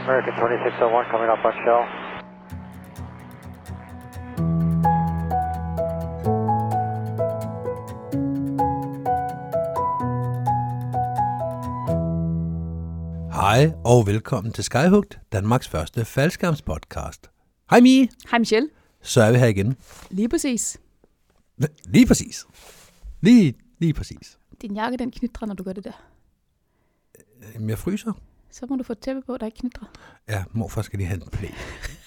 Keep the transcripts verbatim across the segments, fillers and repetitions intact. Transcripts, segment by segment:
American twenty-six oh one coming up on shell. Hej og velkommen til Skyhugt, Danmarks første faldskærmspodcast. Hej Mie. Hej Michelle. Så er vi her igen. Lige præcis. Lige præcis. Lige, lige præcis. Din jakke, den knitrer, når du gør det der. Jamen, jeg fryser. Så må du få et tæppe på, der ikke knitrer. Ja, morfar skal lige have en plæ.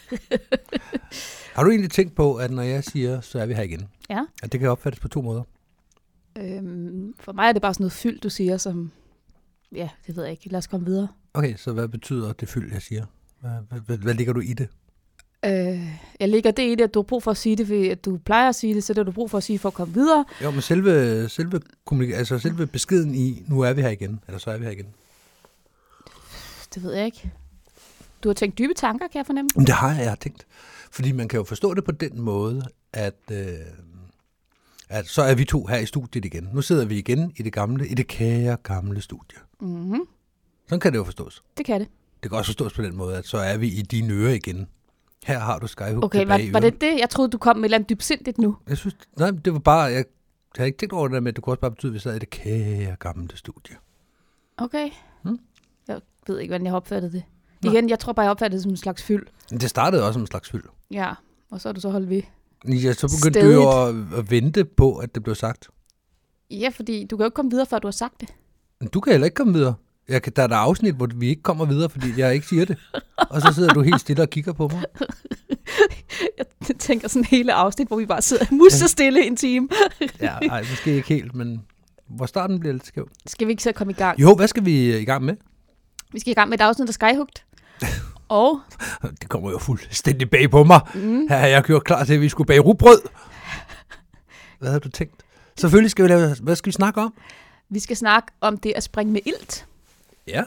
Har du egentlig tænkt på, at når jeg siger, så er vi her igen? Ja. At det kan opfattes på to måder? Øhm, for mig er det bare sådan noget fyld, du siger, som... Ja, det ved jeg ikke. Lad os komme videre. Okay, så hvad betyder det fyld, jeg siger? Hvad, hvad, hvad, hvad ligger du i det? Øh, jeg ligger det i det, at du har brug for at sige det, fordi at du plejer at sige det, så det har du brug for at sige for at komme videre. Jo, men selve, selve, kommunik- altså selve beskeden i, nu er vi her igen, eller så er vi her igen. Det ved jeg ikke. Du har tænkt dybe tanker, kan jeg fornemme? Men det har jeg, jeg har tænkt. Fordi man kan jo forstå det på den måde, at, øh, at så er vi to her i studiet igen. Nu sidder vi igen i det gamle, i det kære gamle studie. Mm-hmm. Sådan kan det jo forstås. Det kan det. Det kan også forstås på den måde, at så er vi i dine ører igen. Her har du Skyhugt Okay, tilbage var, var det det? Jeg troede, du kom med et eller andet dybsindigt nu. Jeg synes, nej, det var bare, jeg, jeg havde ikke tænkt over det der med, at det kunne også bare betyde, at vi sad i det kære gamle studie. Okay. Hmm? Jeg ved ikke, hvordan jeg har opfattet det. Nå. Igen, jeg tror bare, jeg opfattede det som en slags fyld. Men det startede også som en slags fyld. Ja, og så er du så holdt ved. Ja, så begyndte Stedigt. du jo at, at vente på, at det blev sagt. Ja, fordi du kan jo ikke komme videre, før du har sagt det. Men du kan heller ikke komme videre. Jeg kan, der er der afsnit, hvor vi ikke kommer videre, fordi jeg ikke siger det. Og så sidder du helt stille og kigger på mig. Jeg tænker sådan hele afsnit, hvor vi bare sidder musestille i en time. Ja, nej, måske ikke helt, men hvor starten bliver lidt skæv. Skal vi ikke så komme i gang? Jo, hvad skal vi i gang med? Vi skal i gang med et afsnit af Skyhugt. Og... Det kommer jo fuldstændig bag på mig. Mm. Her har jeg gjort klar til, at vi skulle bage rugbrød. Hvad havde du tænkt? Selvfølgelig skal vi lave... Hvad skal vi snakke om? Vi skal snakke om det at springe med ilt. Ja.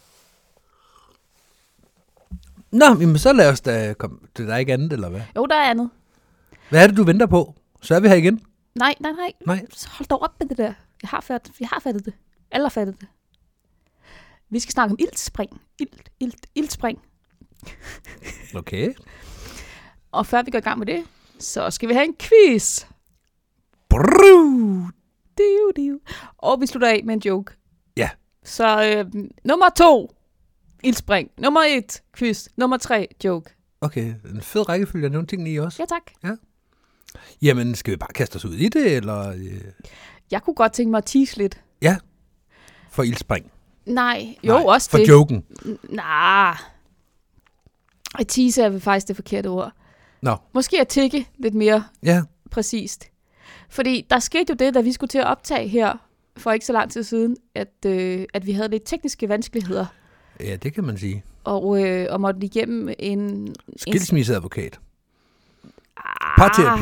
Nå, men så lad os da komme... Det er ikke andet, eller hvad? Jo, der er andet. Hvad er det, du venter på? Så er vi her igen. Nej, nej, nej. Nej. Så hold dog op med det der. Jeg har fattet, jeg har fattet det. Alle har fattet det. Vi skal snakke om iltspring. Ilt, ilt, iltspring. Okay. Og før vi går i gang med det, så skal vi have en quiz. Brrr. Diu, diu. Og vi slutter af med en joke. Ja. Så øh, nummer to, iltspring. Nummer et, quiz. Nummer tre, joke. Okay, en fed rækkefølge af nogle ting i også. Ja, tak. Jamen, skal vi bare kaste os ud i det, eller... Øh... Jeg kunne godt tænke mig at tease lidt. Ja, for ildspring. Nej, jo, Nej, også for det. For joken. Nej. At tease er faktisk det forkerte ord. Nå. Måske at tikke lidt mere Ja. præcist. Fordi der skete jo det, da vi skulle til at optage her, for ikke så lang tid siden, at, øh, at vi havde lidt tekniske vanskeligheder. Ja, det kan man sige. Og, øh, og måtte igennem en... Skilsmisseadvokat. Ah, Parterapi.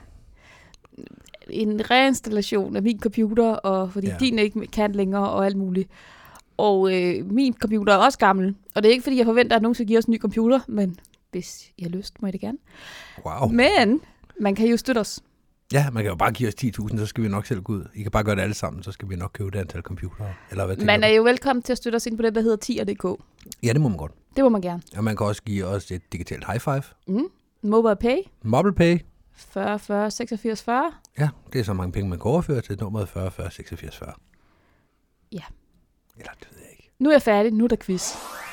En reinstallation af min computer, og fordi Ja. din ikke kan længere og alt muligt. Og øh, min computer er også gammel. Og det er ikke, fordi jeg forventer, at nogen skal give os en ny computer, men hvis I har lyst, må I det gerne. Wow. Men man kan jo støtte os. Ja, man kan jo bare give os ti tusind, så skal vi nok selv gå ud. I kan bare gøre det alle sammen, så skal vi nok købe det antal computere. Eller hvad tænker Man er du? jo velkommen til at støtte os ind på det, der hedder tier punktum d k. Ja, det må man godt. Det må man gerne. Og man kan også give os et digitalt high five. Mm. Mobile Pay. MobilePay. fyrre fyrre seksogfirs fyrre. Ja, det er så mange penge, man kan overføre til nummeret fyrre fyrre seksogfirs fyrre. Ja. Eller det ved jeg ikke. Nu er jeg færdig. Nu er der quiz.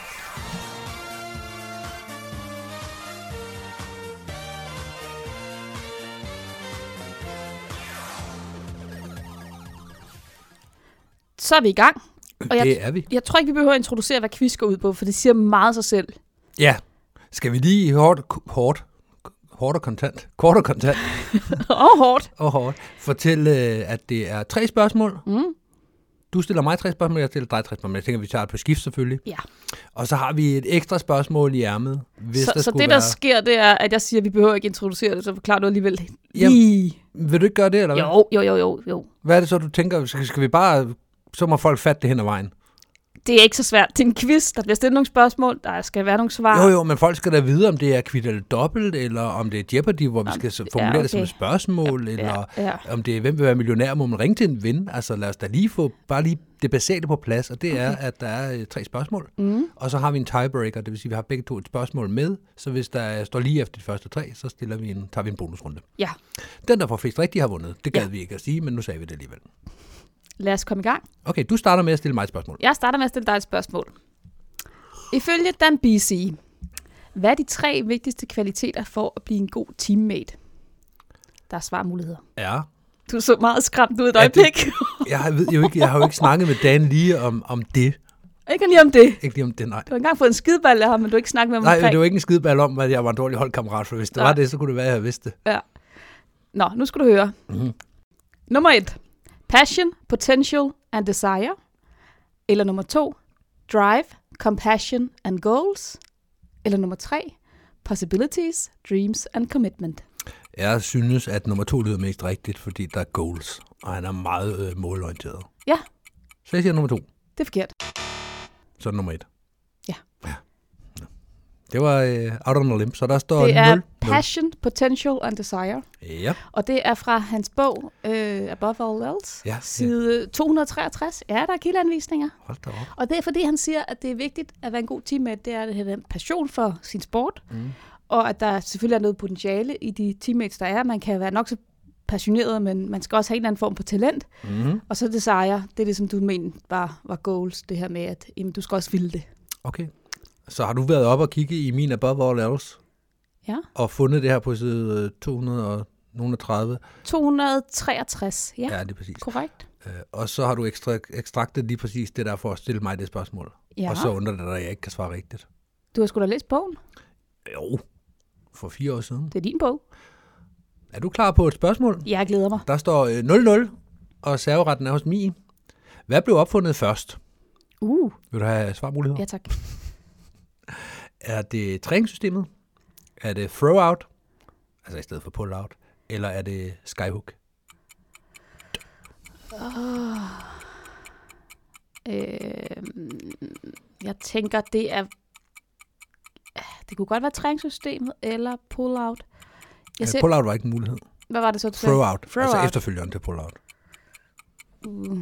Så er vi i gang. Og jeg, Det er vi. jeg tror ikke, vi behøver at introducere, hvad quiz går ud på, for det siger meget sig selv. Ja. Skal vi lige hårdt, hårdt, hårdt og kontant, kort og kontant Og hårdt. og hårdt fortælle, at det er tre spørgsmål. Mm. Du stiller mig tre spørgsmål, jeg stiller dig tre spørgsmål. Jeg tænker, vi tager det på skift selvfølgelig. Ja. Og så har vi et ekstra spørgsmål i ærmet. Hvis Så, der så skulle det, der være... sker, det er, at jeg siger, at vi behøver ikke introducere det, så forklarer du alligevel Jamen, lige. Vil du ikke gøre det, eller hvad? Jo, jo, jo, jo, jo. Hvad er det så, du tænker? Skal, skal vi bare... Så må folk fatte det hen ad vejen. Det er ikke så svært. Det er en quiz. Der bliver stillet nogle spørgsmål. Der skal være nogle svar. Jo, jo, men folk skal da vide, om det er kvit eller dobbelt, eller om det er Jeopardy, hvor vi skal så formulere ja, okay. det som et spørgsmål, ja, eller ja, ja. om det er, hvem vil være millionær, må man ringe til en ven. Altså lad os da lige få bare lige det basale på plads, og det okay. er, at der er øh, tre spørgsmål, mm. og så har vi en tiebreaker, det vil sige, at vi har begge to et spørgsmål med, så hvis der står lige efter de første tre, så stiller vi en, tager vi en bonusrunde. Ja. Den, der får flest rigtigt, har vundet. Det gad ja. vi ikke at sige, men nu sagde vi det alligevel. Lad os komme i gang. Okay, du starter med at stille mig et spørgsmål. Jeg starter med at stille dig et spørgsmål. Ifølge Dan B C, hvad er de tre vigtigste kvaliteter for at blive en god teammate? Der er svarmuligheder. Ja. Du så meget skræmt ud et øjeblik. Ja, det, jeg, ved jo ikke, jeg har jo ikke snakket med Dan lige om, om det. Ikke lige om det. Ikke lige om det, nej. Du har engang fået en skideball af ham, men du har ikke snakket med ham Nej, omkring. det var ikke en skideball om, at jeg var en dårlig holdkammerat, for hvis det nej. var det, så kunne det være, at jeg vidste det. Ja. Nå, nu skal du høre. Mm-hmm. Nummer et. Passion, potential and desire. Eller nummer to. Drive, compassion and goals. Eller nummer tre. Possibilities, dreams and commitment. Jeg synes, at nummer to lyder mest rigtigt, fordi der er goals, og han er meget øh, målorienteret. Ja. Så jeg siger nummer to. Det er forkert. Så er nummer et. Ja. ja. Det var øh, out on a limb, så der står det er nul. Passion, Potential and Desire. Ja. Og det er fra hans bog, øh, Above All Else, ja, side ja. to hundrede treogtres. Ja, der er kildeanvisninger. Hold da op. Og det er fordi, han siger, at det er vigtigt at være en god teammate. Det er at have en passion for sin sport, mm. og at der selvfølgelig er noget potentiale i de teammates, der er. Man kan være nok så passioneret, men man skal også have en eller anden form for talent. Mm. Og så desire, det er det, som du mener var, var goals, det her med, at jamen, du skal også ville det. Okay. Så har du været op og kigge i min Above All Else? Ja. Og fundet det her på side to hundrede og tredive? to hundrede treogtres, ja. Ja, det er præcis. Korrekt. Øh, og så har du ekstrakt, ekstraktet lige præcis det der for at stille mig det spørgsmål. Ja. Og så undrer det dig, at jeg ikke kan svare rigtigt. Du har sgu da læst bogen? Jo, for fire år siden. Det er din bog. Er du klar på et spørgsmål? Jeg glæder mig. Der står øh, nul nul, og serveretten er hos Mie. Hvad blev opfundet først? Uh. Vil du have svarmuligheder? Ja, tak. Er det træningssystemet? Er det throw-out? Altså i stedet for pull-out? Eller er det skyhook? Oh. Øh, jeg tænker, det er... Det kunne godt være træningssystemet eller pull-out. Ja, ser... Pull-out var ikke en mulighed. Hvad var det så? Throw-out. Throw altså out. Efterfølgeren til pull-out. Uh.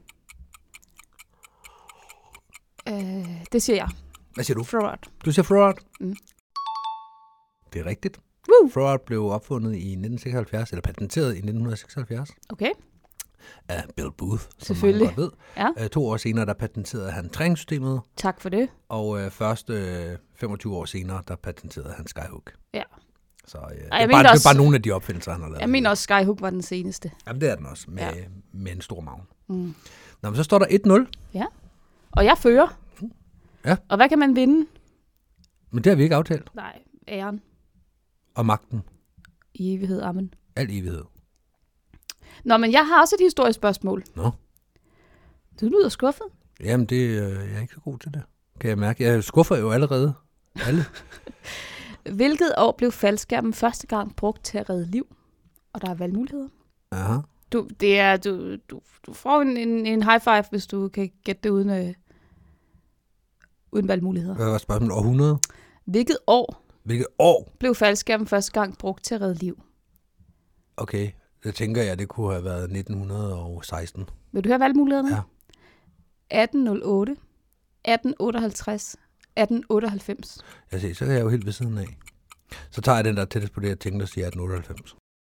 Øh, det siger jeg. Hvad siger du? Throw-out. Du siger throw-out? Mm. Det er rigtigt. Woo! Throw-out blev opfundet i nitten seksoghalvfjerds, eller patenteret i nitten seksoghalvfjerds. Okay. Af Bill Booth, som selvfølgelig. man godt ved. Ja. Uh, to år senere, der patenterede han træningssystemet. Tak for det. Og uh, først uh, femogtyve år senere, der patenterede han skyhook. Ja. Så uh, Ej, det, er bare, også, det er bare nogle af de opfindelser, han har lavet. Jeg mener også, Skyhook var den seneste. Jamen, det er den også, med, ja. med en stor maven. Mm. Nå, men så står der et nul. Ja, og jeg fører. Ja. Og hvad kan man vinde? Men det har vi ikke aftalt. Nej, æren. Og magten. I evighed, amen. Al evighed. Nå, men jeg har også et historisk spørgsmål. Nå. Du lyder skuffet. Jamen, det, øh, jeg er ikke så god til det. Kan jeg mærke. Jeg skuffer jo allerede. Alle. Hvilket år blev faldskærmen første gang brugt til at redde liv? Og der er valgmuligheder. Aha. Du, det er, du, du, du får en, en, en high five, hvis du kan gætte det uden, øh, uden valgmuligheder. Hvad var spørgsmålet? Århundrede? Hvilket år? Hvilket år? Blev faldskærmen første gang brugt til at redde liv? Okay, det tænker jeg, det kunne have været nitten seksten. Vil du høre valgmulighederne? Ja. atten nul otte, atten otteoghalvtreds, atten otteoghalvfems. Jeg ser, så er jeg jo helt ved siden af. Så tager jeg den der tættest på det, jeg tænkte at sige atten otteoghalvfems.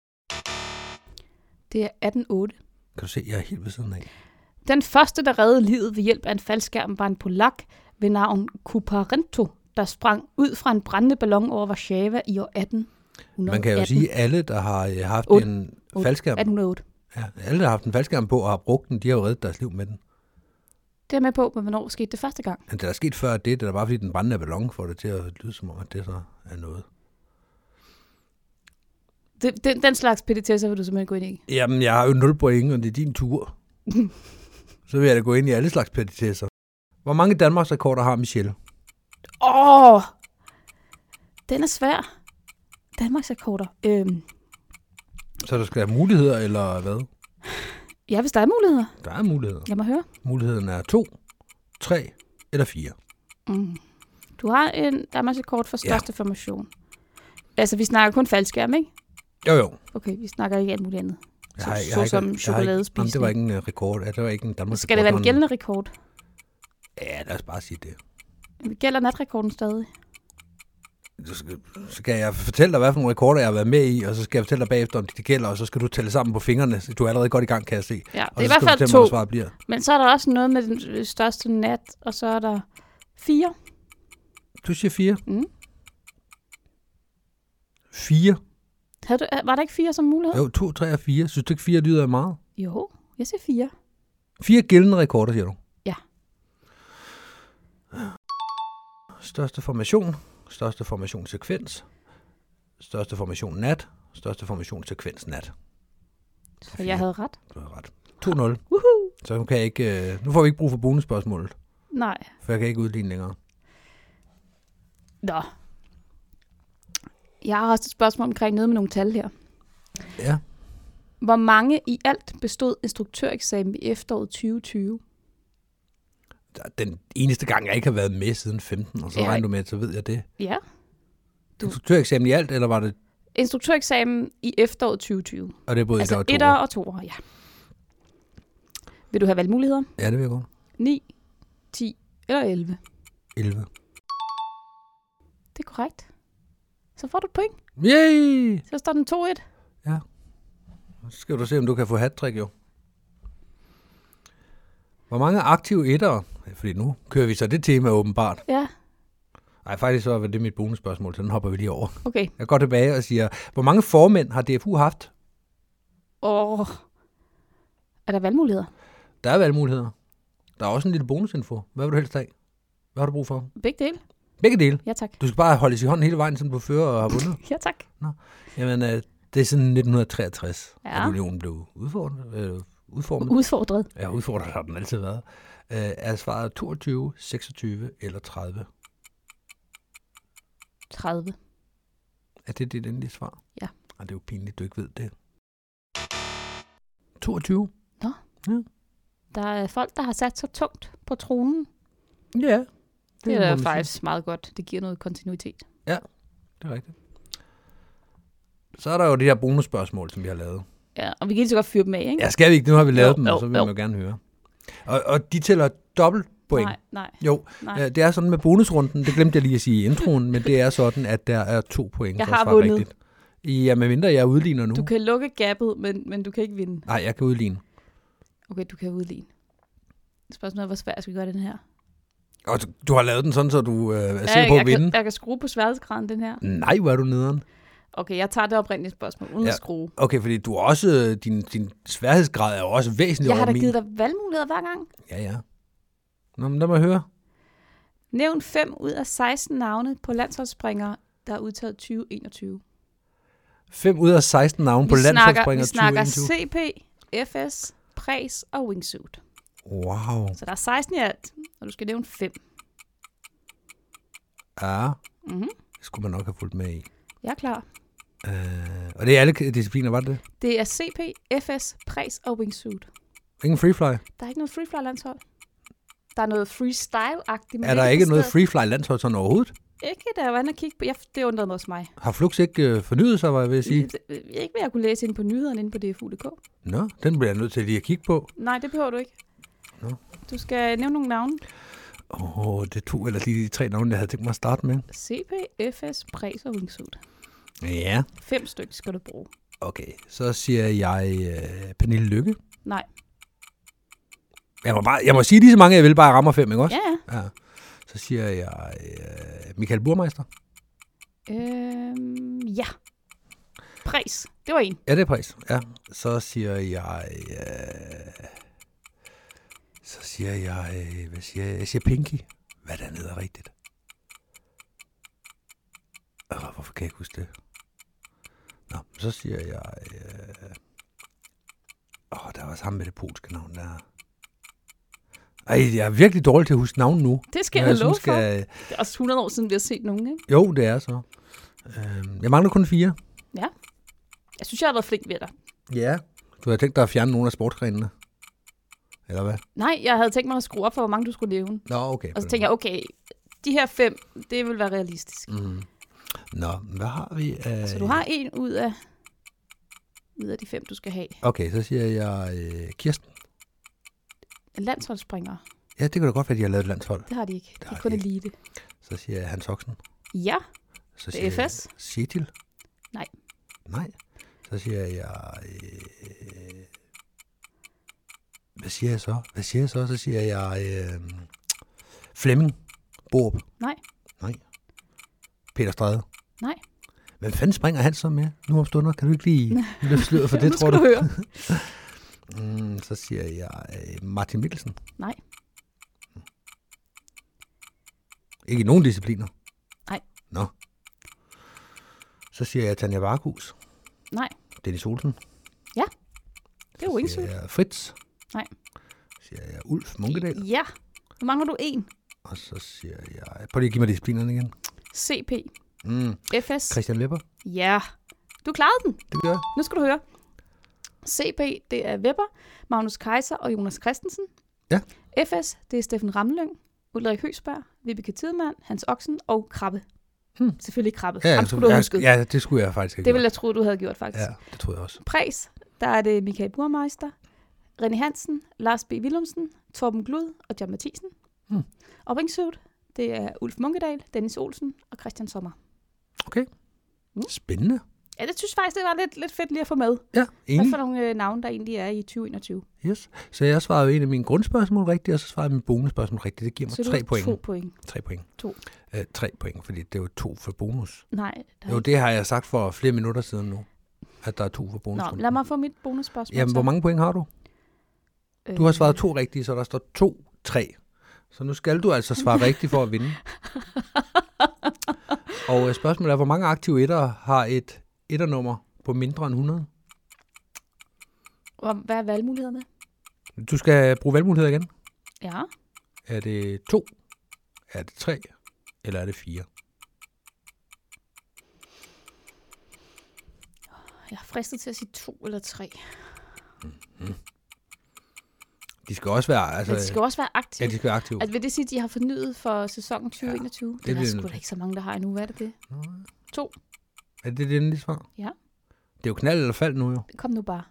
Det er atten otte. Kan du se, jeg er helt ved siden af. Den første, der reddede livet ved hjælp af en faldskærm, var en polak ved navn Kuparento, der sprang ud fra en brændende ballon over Warszawa i år atten hundrede og atten. Man kan jo sige, at alle, der har haft otte. en faldskærm, atten hundrede og otte. Ja, alle, der har haft en faldskærm på og har brugt den, de har jo reddet deres liv med den. Det er med på, men hvornår skete det første gang? Men det er sket før det, det er bare fordi den brændende ballon får det til at lyde som om, at det så er noget. Det, den, den slags petitesser vil du simpelthen gå ind i? Jamen, jeg har jo nul point, og det er din tur. Så vil jeg da gå ind i alle slags petitesser. Hvor mange Danmarksrekorder har Michelle? Åh! Oh, den er svær. Danmarksrekorder. Øhm. Så der skal have muligheder, eller hvad? Ja, hvis der er muligheder. Der er muligheder. Jeg må høre. Muligheden er to, tre eller fire. Mm. Du har en Danmarksrekord for største ja. formation. Altså, vi snakker kun faldskærm, ikke? Jo, jo. Okay, vi snakker ikke alt muligt andet. Jeg har, så, jeg har så ikke, som chokoladespisning. Det var ikke en uh, rekord. Ja, det var ikke en Danmarksrekord. Skal det være en gældende rekord? Ja, lad os bare sige det. Vi gælder natrekorden stadig. Så skal, så kan jeg fortælle dig, hvad for nogle rekorder jeg har været med i, og så skal jeg fortælle dig bagefter, om de gælder, og så skal du tælle sammen på fingrene. Du er allerede godt i gang, kan jeg se. Ja, og det er i hvert fald to. Svaret bliver. Men så er der også noget med den største nat, og så er der fire. Du siger fire? Mm. Fire? Havde du, var der ikke fire som mulighed? Jo, to, tre og fire. Synes du ikke, fire lyder meget? Jo, jeg siger fire. Fire gældende rekorder, siger du? Ja. Største formation, største formationssekvens, største formation nat, største formationssekvens nat. Så jeg havde ret. Du havde ret. to nul. Woohoo! Så nu, kan jeg ikke, øh, nu får vi ikke brug for bonusspørgsmålet. Nej. For jeg kan ikke udligne længere. Nå. Jeg har også et spørgsmål omkring noget med nogle tal her. Ja. Hvor mange i alt bestod instruktøreksamen i efteråret tyve tyve? Den eneste gang, jeg ikke har været med siden femten, og så Ja. regner du med, så ved jeg det. Ja. Du... Instruktøreksamen i alt, eller var det? Instruktøreksamen i efteråret tyve tyve. Og det er både altså et og to. etter og toer, ja. Vil du have valgmuligheder? Ja, det vil jeg godt. ni, ti eller elleve? elleve. Det er korrekt. Så får du et point. Yay! Så står den to et. Ja. Så skal du se, om du kan få hattrick, jo. Hvor mange aktive ettere? Fordi nu kører vi så det tema åbenbart. Ja. Nej, faktisk så var det mit bonusspørgsmål, så den hopper vi lige over. Okay. Jeg går tilbage og siger, hvor mange formænd har D F U haft? Åh. Er der valgmuligheder? Der er valgmuligheder. Der er også en lille bonusinfo. Hvad vil du helst have? Hvad har du brug for? Begge dele? Begge dele. Ja, tak. Du skal bare holde i hånden hele vejen, som du fører og har vundet. Ja, tak. Nå. Jamen, øh, det er siden nitten treogtres, Ja. at unionen blev udfordret. Øh, udformet. Udfordret. Ja, udfordret har den altid været. Øh, er svaret toogtyve, seksogtyve eller tredive? tredive. Er det dit endelige svar? Ja. Ej, det er jo pinligt, du ikke ved det. toogtyve. Nå. Ja. Der er folk, der har sat sig tungt på tronen. Ja. Det, det er må da man faktisk sige. meget godt. Det giver noget kontinuitet. Ja, det er rigtigt. Så er der jo det her bonusspørgsmål, som vi har lavet. Ja, og vi kan lige så godt fyre dem af, ikke? Ja, skal vi ikke? Nu har vi lavet Jo, dem, jo, og så vil jo. man jo gerne høre. Og, og de tæller dobbelt point. Nej, nej. Jo, nej. ja, det er sådan med bonusrunden. Det glemte jeg lige at sige i introen, men det er sådan, at der er to point. Jeg for at har svare vundet. rigtigt. Ja, medmindre jeg udligner nu. Du kan lukke gabet, men, men du kan ikke vinde. Nej, jeg kan udligne. Okay, du kan udligne. Spørgsmålet er, hvor svært skal vi gøre den her? Og du, du har lavet den sådan, så du øh, er Ja, sikker på jeg, at vinde. kan, jeg kan skrue på sværhedsgraden, den her. Nej, hvor er du nederen. Okay, jeg tager det oprindelige spørgsmål, uden Ja. at skrue. Okay, fordi du er også, din, din sværhedsgrad er jo også væsentligt Jeg har over da min. givet dig valgmuligheder hver gang. Ja, ja. Nå, men lad mig høre. Nævn fem ud af seksten navne på landsholdsspringere, der er udtaget tyve enogtyve. fem ud af seksten navne på Vi snakker, landsholdsspringer vi snakker tyve enogtyve. C P, F S, Præs og Wingsuit. Wow. Så der er seksten i alt, og du skal nævne fem. Ja, Mm-hmm. det skulle man nok have fulgt med i. Jeg er klar. Uh, og det er alle discipliner, var det det? Det er C P, F S, Præs og Wingsuit. Ingen freefly? Der er ikke noget freefly-landshold. Der er noget freestyle-agtigt. men Er det der ikke på noget stedet. freefly landshold sådan overhovedet? Ikke, da jeg var inde og kigge på. Jeg, det undrede mig også mig. Har Flux ikke øh, fornyet sig, hvad jeg vil sige? Ikke hvad jeg kunne læse ind på nyhederne inde på D F U punktum d k. Nå, den bliver jeg nødt til lige at kigge på. Nej, det behøver du ikke. Nå. Du skal nævne nogle navne. Åh, oh, det tog ellers lige de tre navne, jeg havde tænkt mig at starte med. C P, F S, Præs og Wingsuit. Ja, Fem stykker skal du bruge. okay. Så siger jeg øh, Pernille Lykke. Nej. Jeg må, bare, jeg må sige lige så mange, jeg vil, bare rammer fem, ikke også? Ja, ja. Ja. Så siger jeg øh, Michael Burmeister. Øhm, ja. Præs. Det var en. Ja, det er pris. Ja. Så siger jeg... Øh, så siger jeg... Øh, hvad siger jeg? Jeg siger Pinky. Hvad der hedder rigtigt? Øh, hvorfor kan jeg ikke huske det? Nå, så siger jeg... Øh, åh, der var sammen med det polske navn der. Ej, jeg er virkelig dårlig til at huske navn nu. Det skal Når jeg sådan love skal, for. Det er også hundrede år siden, vi har set nogen, ikke? Jo, det er så. Øh, jeg mangler kun fire. Ja. Jeg synes, jeg har været flink ved dig. Ja. Du har tænkt dig at fjerne nogle af sportsgrenene. Eller hvad? Nej, jeg havde tænkt mig at skrue op for, hvor mange du skulle nævne. Nå, okay. Og så tænkte jeg, okay, de her fem, det vil være realistisk. Mm. Nå, hvad har vi? Uh... Så du har en ud af, ud af de fem, du skal have. Okay, så siger jeg øh, Kirsten. En landsholdsspringer. Ja, det kan da godt være, at de har lavet et landshold. Det har de ikke. Det Det har er kun de ikke. elite. Så siger jeg Hans Oxen. Ja, Så det er siger F S. jeg Setil. Nej. Nej. Så siger jeg... Øh... Hvad siger jeg så? Hvad siger jeg så? Så siger jeg... Øh... Flemming Borup. Nej. Nej. Peter Stræde. Nej. Hvem fanden springer han så med? Nu om stunder, kan du ikke lige løfte sløret for det, Nu tror skal du? du høre. mm, så siger jeg øh, Martin Mikkelsen. Nej. Ikke i nogen discipliner? Nej. Nå. Så siger jeg Tanja Varghus. Nej. Dennis Olsen. Ja. Det er Så wingsuit. siger jeg Fritz. Nej. Så siger jeg Ulf Munkedal. Ja. Nu mangler du en. Og så siger jeg... Prøv lige at give mig disciplinerne igen. C P. Mm. F S. Christian Webber. Ja. Du klarede den. Det gør jeg. Nu skal du høre. C P, det er Webber, Magnus Kaiser og Jonas Christensen. Ja. F S, det er Steffen Ramlyng, Ulrik Høgsberg, Vibeke Tidemand, Hans Oksen og Krabbe. Hmm. Selvfølgelig Krabbe. Ja, Ham så, skulle du have jeg, husket. ja, det skulle jeg faktisk ikke. Det ville jeg tro, du havde gjort, faktisk. Ja, det troede jeg også. Præs, der er det Michael Burmeister, René Hansen, Lars B. Willumsen, Torben Glud og John Mathisen. Hmm. Og wingsuit, det er Ulf Munkedal, Dennis Olsen og Christian Sommer. Okay. Mm. Spændende. Ja, det synes jeg faktisk, det var lidt, lidt fedt lige at få med. Ja, Hvad enig. for nogle øh, navne, der egentlig er i tyve enogtyve. Yes. Så jeg svarede jo en af mine grundspørgsmål rigtigt, og så svarede jeg mine bonusspørgsmål rigtigt. Det giver mig Så du tre har point. to point. Tre point. To. Øh, tre point, fordi det er jo to for bonus. Nej. Der er Jo, ikke. det har jeg sagt for flere minutter siden nu, at der er to for bonus. Nå, lad mig få mit bonusspørgsmål. Jamen, så. hvor mange point har du? Du har svaret to rigtige, så der står to, tre. Så nu skal du altså svare rigtigt for at vinde. Og øh, spørgsmålet er, hvor mange aktive etter har et etternummer på mindre end hundrede? Hvor- Hvad er valgmulighederne? Du skal bruge valgmuligheder igen. Ja. Er det to? Er det tre? Eller er det fire? Jeg er fristet til at sige to eller tre. De skal også være, altså, Men de skal også være aktive. ja, de skal være aktive. Altså, vil det sige, at de har fornyet for sæsonen tyve enogtyve? Ja, det, det er vil- sgu da ikke så mange, der har endnu. Hvad er det det? To. Er det det endelige svar? Ja. Det er jo knald eller fald nu jo. Kom nu bare.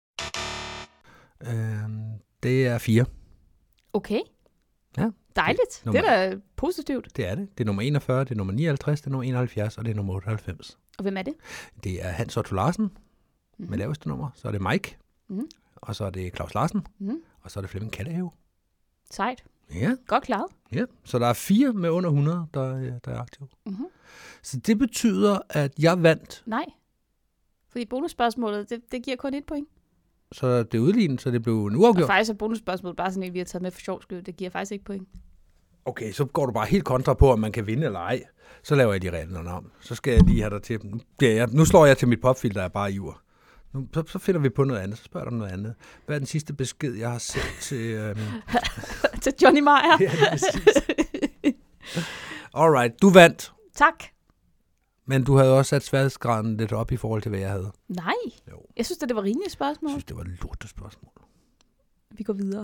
Øhm, det er fire. Okay. Ja. Dejligt. Nummer- Det er da positivt. Det er det. Det er nummer enogfyrre, det er nummer nioghalvtreds, det er nummer enoghalvfjerds, og det er nummer otteoghalvfems. Og hvem er det? Det er Hans Otto Larsen Mm-hmm. med laveste nummer. Så er det Mike. Mhm. Og så er det Claus Larsen. Mm. Og så er det Flemming Kallehave. Sejt. Ja, Godt klaret. ja. Så der er fire med under hundrede, der, øh, der er aktive. Mm-hmm. Så det betyder, at jeg vandt. Nej. Fordi bonusspørgsmålet, det, det giver kun et point. Så det er udlignet, så det blev en Og uafgjort. faktisk er bonusspørgsmålet bare sådan en, vi har taget med for sjov skyld. Det giver faktisk ikke point. Okay, så går du bare helt kontra på, om man kan vinde eller ej. Så laver jeg de reglerne om. Så skal jeg lige have dig til. Nu, bliver jeg, nu slår jeg til mit popfilter, der er bare iver. Nu, så, så finder vi på noget andet. Så spørger du om noget andet. Hvad er den sidste besked, jeg har sendt til... Øhm... Til Johnny Meyer. ja, det er præcis. Alright, du vandt. Tak. Men du havde også sat sværhedsgraden lidt op i forhold til, hvad jeg havde. Nej. Jo. Jeg synes, at det var rimelige Jeg spørgsmål. synes, det var et lortet spørgsmål. Vi går videre.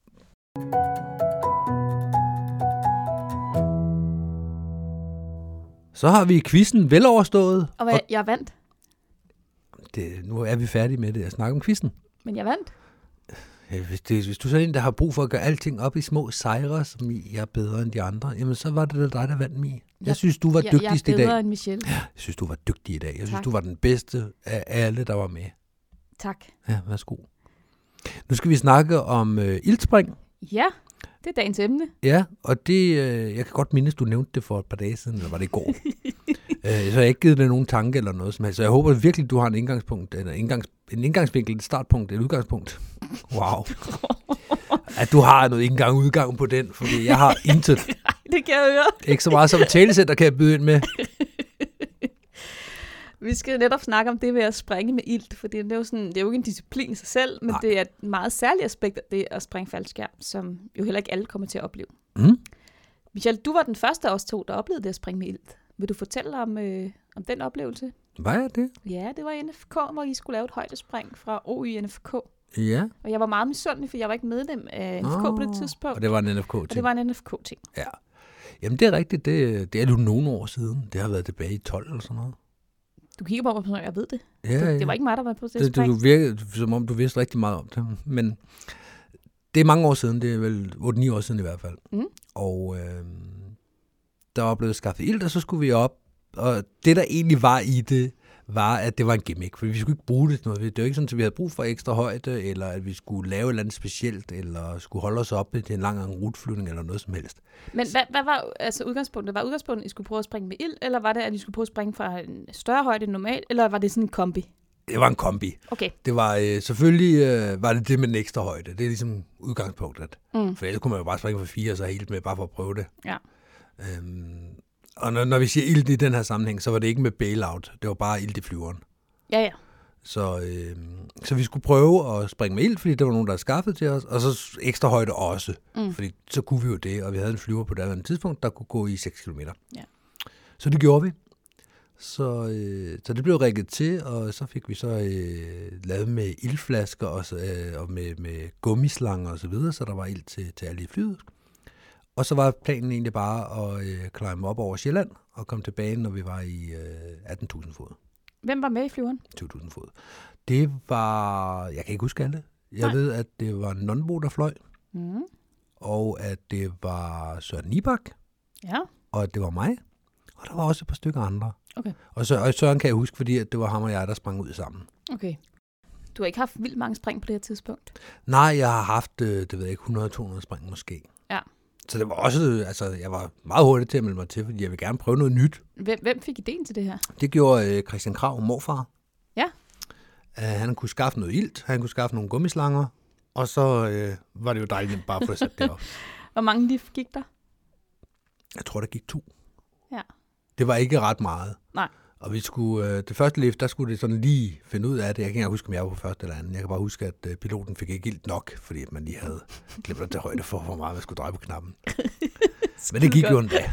Så har vi quizzen veloverstået. Og hvad, jeg vandt. Det, nu er vi færdige med det at snakke om quizzen. Men jeg vandt. Ja, Hvis, det, hvis du så er en, der har brug for at gøre alting op i små sejre, som I er bedre end de andre, jamen så var det da dig, der vandt, Mie. Jeg Jeg- synes, du var Jeg, dygtigst jeg i er bedre dag. end Michelle. Jeg synes, du var dygtig i dag. Jeg synes, Tak. du var den bedste af alle, der var med. Tak. Ja, værsgo. Nu skal vi snakke om øh, ildspring. Ja, det er dagens emne. Ja, og det, øh, jeg kan godt mindes, du nævnte det for et par dage siden, eller var det i går? øh, så har jeg ikke givet dig nogen tanke eller noget som helst. Så jeg håber virkelig, du har en indgangspunkt, eller indgangs, en indgangsvinkel, et startpunkt, et udgangspunkt. Wow. At du har noget indgang og udgang på den, fordi jeg har intet. Det kan jeg høre. Ikke så meget som et talesæt, der kan jeg byde ind med. Vi skal netop snakke om det ved at springe med ilt, for det er jo, sådan, det er jo ikke en disciplin i sig selv, men Nej. det er et meget særligt aspekt af det at springe faldskærm, som jo heller ikke alle kommer til at opleve. Mm. Michelle, du var den første af os to, der oplevede det at springe med ilt. Vil du fortælle om, øh, om den oplevelse? Hvad er det? Ja, det var i N F K, hvor I skulle lave et højdespring fra O Y N F K. Ja. Og jeg var meget misundelig, for jeg var ikke medlem af N F K oh, på det tidspunkt. Og det var en N F K-ting. Og det var en N F K-ting. Ja. Jamen, det er rigtigt. Det, det er jo nogle år siden. Det har været tilbage i tolv eller sådan noget. Du kigger på mig, som jeg ved det. Ja, det. ja. Det var ikke mig, der var på det, det spring. Du virkede, som om du vidste rigtig meget om det. Men det er mange år siden. Det er vel otte ni år siden i hvert fald. Mm. Og øh, der var blevet skaffet ild, og så skulle vi op. Og det, der egentlig var i det, var, at det var en gimmick. For vi skulle ikke bruge det til noget. Det var ikke sådan, at vi havde brug for ekstra højde, eller at vi skulle lave et eller andet specielt, eller skulle holde os oppe til en lang ruteflyvning, eller noget som helst. Men hvad, hvad var altså udgangspunktet? Var udgangspunktet, at I skulle prøve at springe med ild, eller var det, at I skulle prøve at springe fra en større højde end normalt, eller var det sådan en kombi? Det var en kombi. Okay. Det var øh, selvfølgelig øh, var det det med den ekstra højde. Det er ligesom udgangspunktet. Mm. For ellers kunne man jo bare springe fra fire, og så helt med bare for at prøve det. Ja. Øhm, og når, når vi siger ild i den her sammenhæng, så var det ikke med bailout. Det var bare ild i flyveren. Ja, ja. Så, øh, så vi skulle prøve at springe med ild, fordi der var nogen, der havde skaffet til os, og så ekstra højde også, Mm. fordi så kunne vi jo det, og vi havde en flyver på det andet tidspunkt, der kunne gå i seks kilometer. Ja. Så det gjorde vi. Så, øh, så det blev rigget til, og så fik vi så øh, lavet med ildflasker og, øh, og med, med gummislanger og så videre, så der var ild til, til alle i flyet. Og så var planen egentlig bare at øh, climbe op over Sjælland og komme tilbage, når vi var i øh, atten tusind fod. Hvem var med i flyveren? tyve tusind fod. Det var, jeg kan ikke huske alle. Jeg Nej. ved, at det var Nonbo, der fløj, Mm. og at det var Søren Nibak, Ja. og at det var mig, og der var også et par stykker andre. Okay. Og, så, og Søren kan jeg huske, fordi at det var ham og jeg, der sprang ud sammen. Okay. Du har ikke haft vildt mange spring på det her tidspunkt? Nej, jeg har haft, øh, det ved jeg ikke, hundrede til to hundrede spring måske. Ja. Så det var også, øh, altså jeg var meget hurtig til at melde mig til, fordi jeg vil gerne prøve noget nyt. Hvem, hvem fik idéen til det her? Det gjorde øh, Christian Krag, morfar. Ja. Uh, han kunne skaffe noget ilt, han kunne skaffe nogle gummislanger, og så øh, var det jo dejligt bare at få sat det op. Hvor mange liv gik der? Jeg tror, der gik to. Ja. Det var ikke ret meget. Nej. Og vi skulle, øh, det første lift, der skulle det sådan lige finde ud af det. Jeg kan ikke engang huske, om jeg var på første eller anden. Jeg kan bare huske, at øh, piloten fik ikke ilt nok, fordi man lige havde glemt at tage højde for, hvor meget man skulle dreje på knappen. Men det gik jo endda.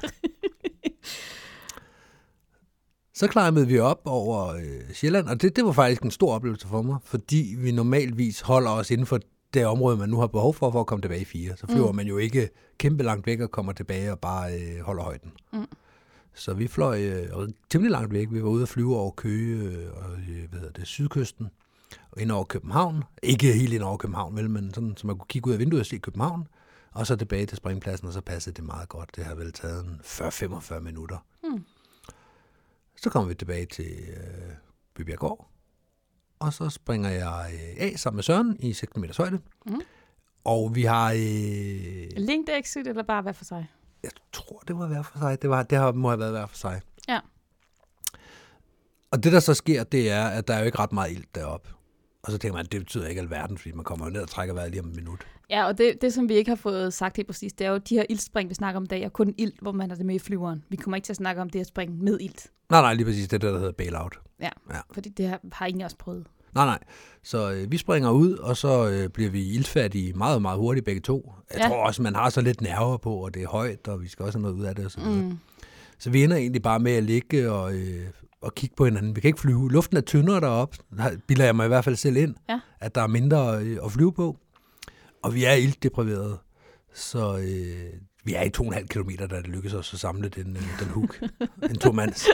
Så climbede vi op over øh, Sjælland, og det, det var faktisk en stor oplevelse for mig, fordi vi normalvis holder os inden for det område, man nu har behov for, for at komme tilbage i fire. Så flyver mm. man jo ikke kæmpe langt væk og kommer tilbage og bare øh, holder højden. Mm. Så vi fløj øh, temmelig langt væk. Vi var ude at flyve over Køge øh, og øh, hvad hedder det, sydkysten og ind over København. Ikke helt ind over København, vel, men sådan, så man kunne kigge ud af vinduet og se København. Og så tilbage til springpladsen, og så passede det meget godt. Det har vel taget en fyrre til femogfyrre minutter. Mm. Så kommer vi tilbage til øh, Bybjerggård. Og så springer jeg øh, af sammen med Søren i seks meters højde. Mm. Og vi har... Øh, Linked exit, eller bare hver for sig? Jeg tror, det var hver for sig. Det, var, det har, må have været hver for sig. Ja. Og det, der så sker, det er, at der er jo ikke ret meget ild deroppe. Og så tænker man, at det betyder ikke alverden, fordi man kommer jo ned og trækker vejret lige om en minut. Ja, og det, det, som vi ikke har fået sagt helt præcis, det er jo de her ildspring, vi snakker om i dag, og kun ild, hvor man har det med i flyveren. Vi kommer ikke til at snakke om det at springe med ild. Nej, nej, lige præcis. Det er det, der hedder bailout. Ja, ja. Fordi det har, har ingen også prøvet. Nej, nej. Så øh, vi springer ud, og så øh, bliver vi ildfærdige meget, meget hurtigt begge to. Jeg ja. tror også, man har så lidt nerver på, og det er højt, og vi skal også have noget ud af det og så videre. Mm. Så vi ender egentlig bare med at ligge og, øh, og kigge på hinanden. Vi kan ikke flyve. Luften er tyndere deroppe. Der bilder jeg mig i hvert fald selv ind, ja. At der er mindre øh, at flyve på. Og vi er iltdepriverede. Så øh, vi er i to og en halv kilometer, da det lykkes os at samle den, øh, den hook. En to-mands.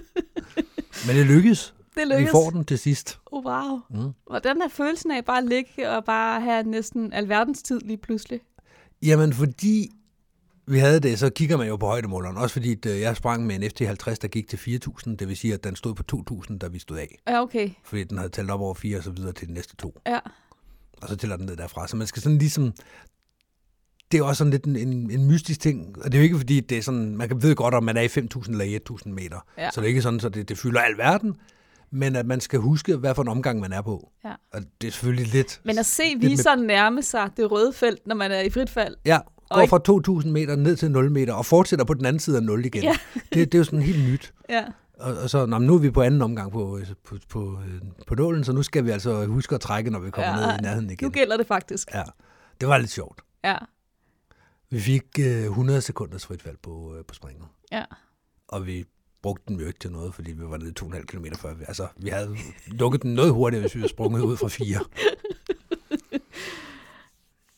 Men det lykkes. Det lykkes. Vi får den til sidst. Oh, wow. Mm. Hvordan er følelsen af bare at ligge og bare have næsten alverdens tid lige pludselig? Jamen, fordi vi havde det, så kigger man jo på højdemåleren. Også fordi at jeg sprang med en F T halvtreds, der gik til fire tusind. Det vil sige, at den stod på to tusind, da vi stod af. Ja, okay. Fordi den havde talt op over fire og så videre til de næste to. Ja. Og så tæller den ned derfra. Så man skal sådan ligesom... Det er også sådan lidt en, en, en mystisk ting. Og det er jo ikke fordi, det er sådan... Man kan vide godt, om man er i fem tusind eller i et tusind meter. Ja. Så det er ikke sådan, at det, det fylder al verden. Men at man skal huske, hvad for en omgang man er på. Ja. Og det er selvfølgelig lidt... Men at se viseren nærme sig det røde felt, når man er i frit fald. Ja, går fra to tusind meter ned til nul meter, og fortsætter på den anden side af nul igen. Ja. det, det er jo sådan helt nyt. Ja. Og, og så, nå, nu er vi på anden omgang på, på, på, på nålen, så nu skal vi altså huske at trække, når vi kommer ja. ned i nærheden igen. Nu gælder det faktisk. Ja, det var lidt sjovt. Ja. Vi fik uh, hundrede sekunders frit fald på, uh, på springen. Ja. Og vi brugte den jo ikke til noget, fordi vi var nede to og en halv kilometer før. Vi, altså, vi havde lukket den noget hurtigere, hvis vi havde sprunget ud fra fire.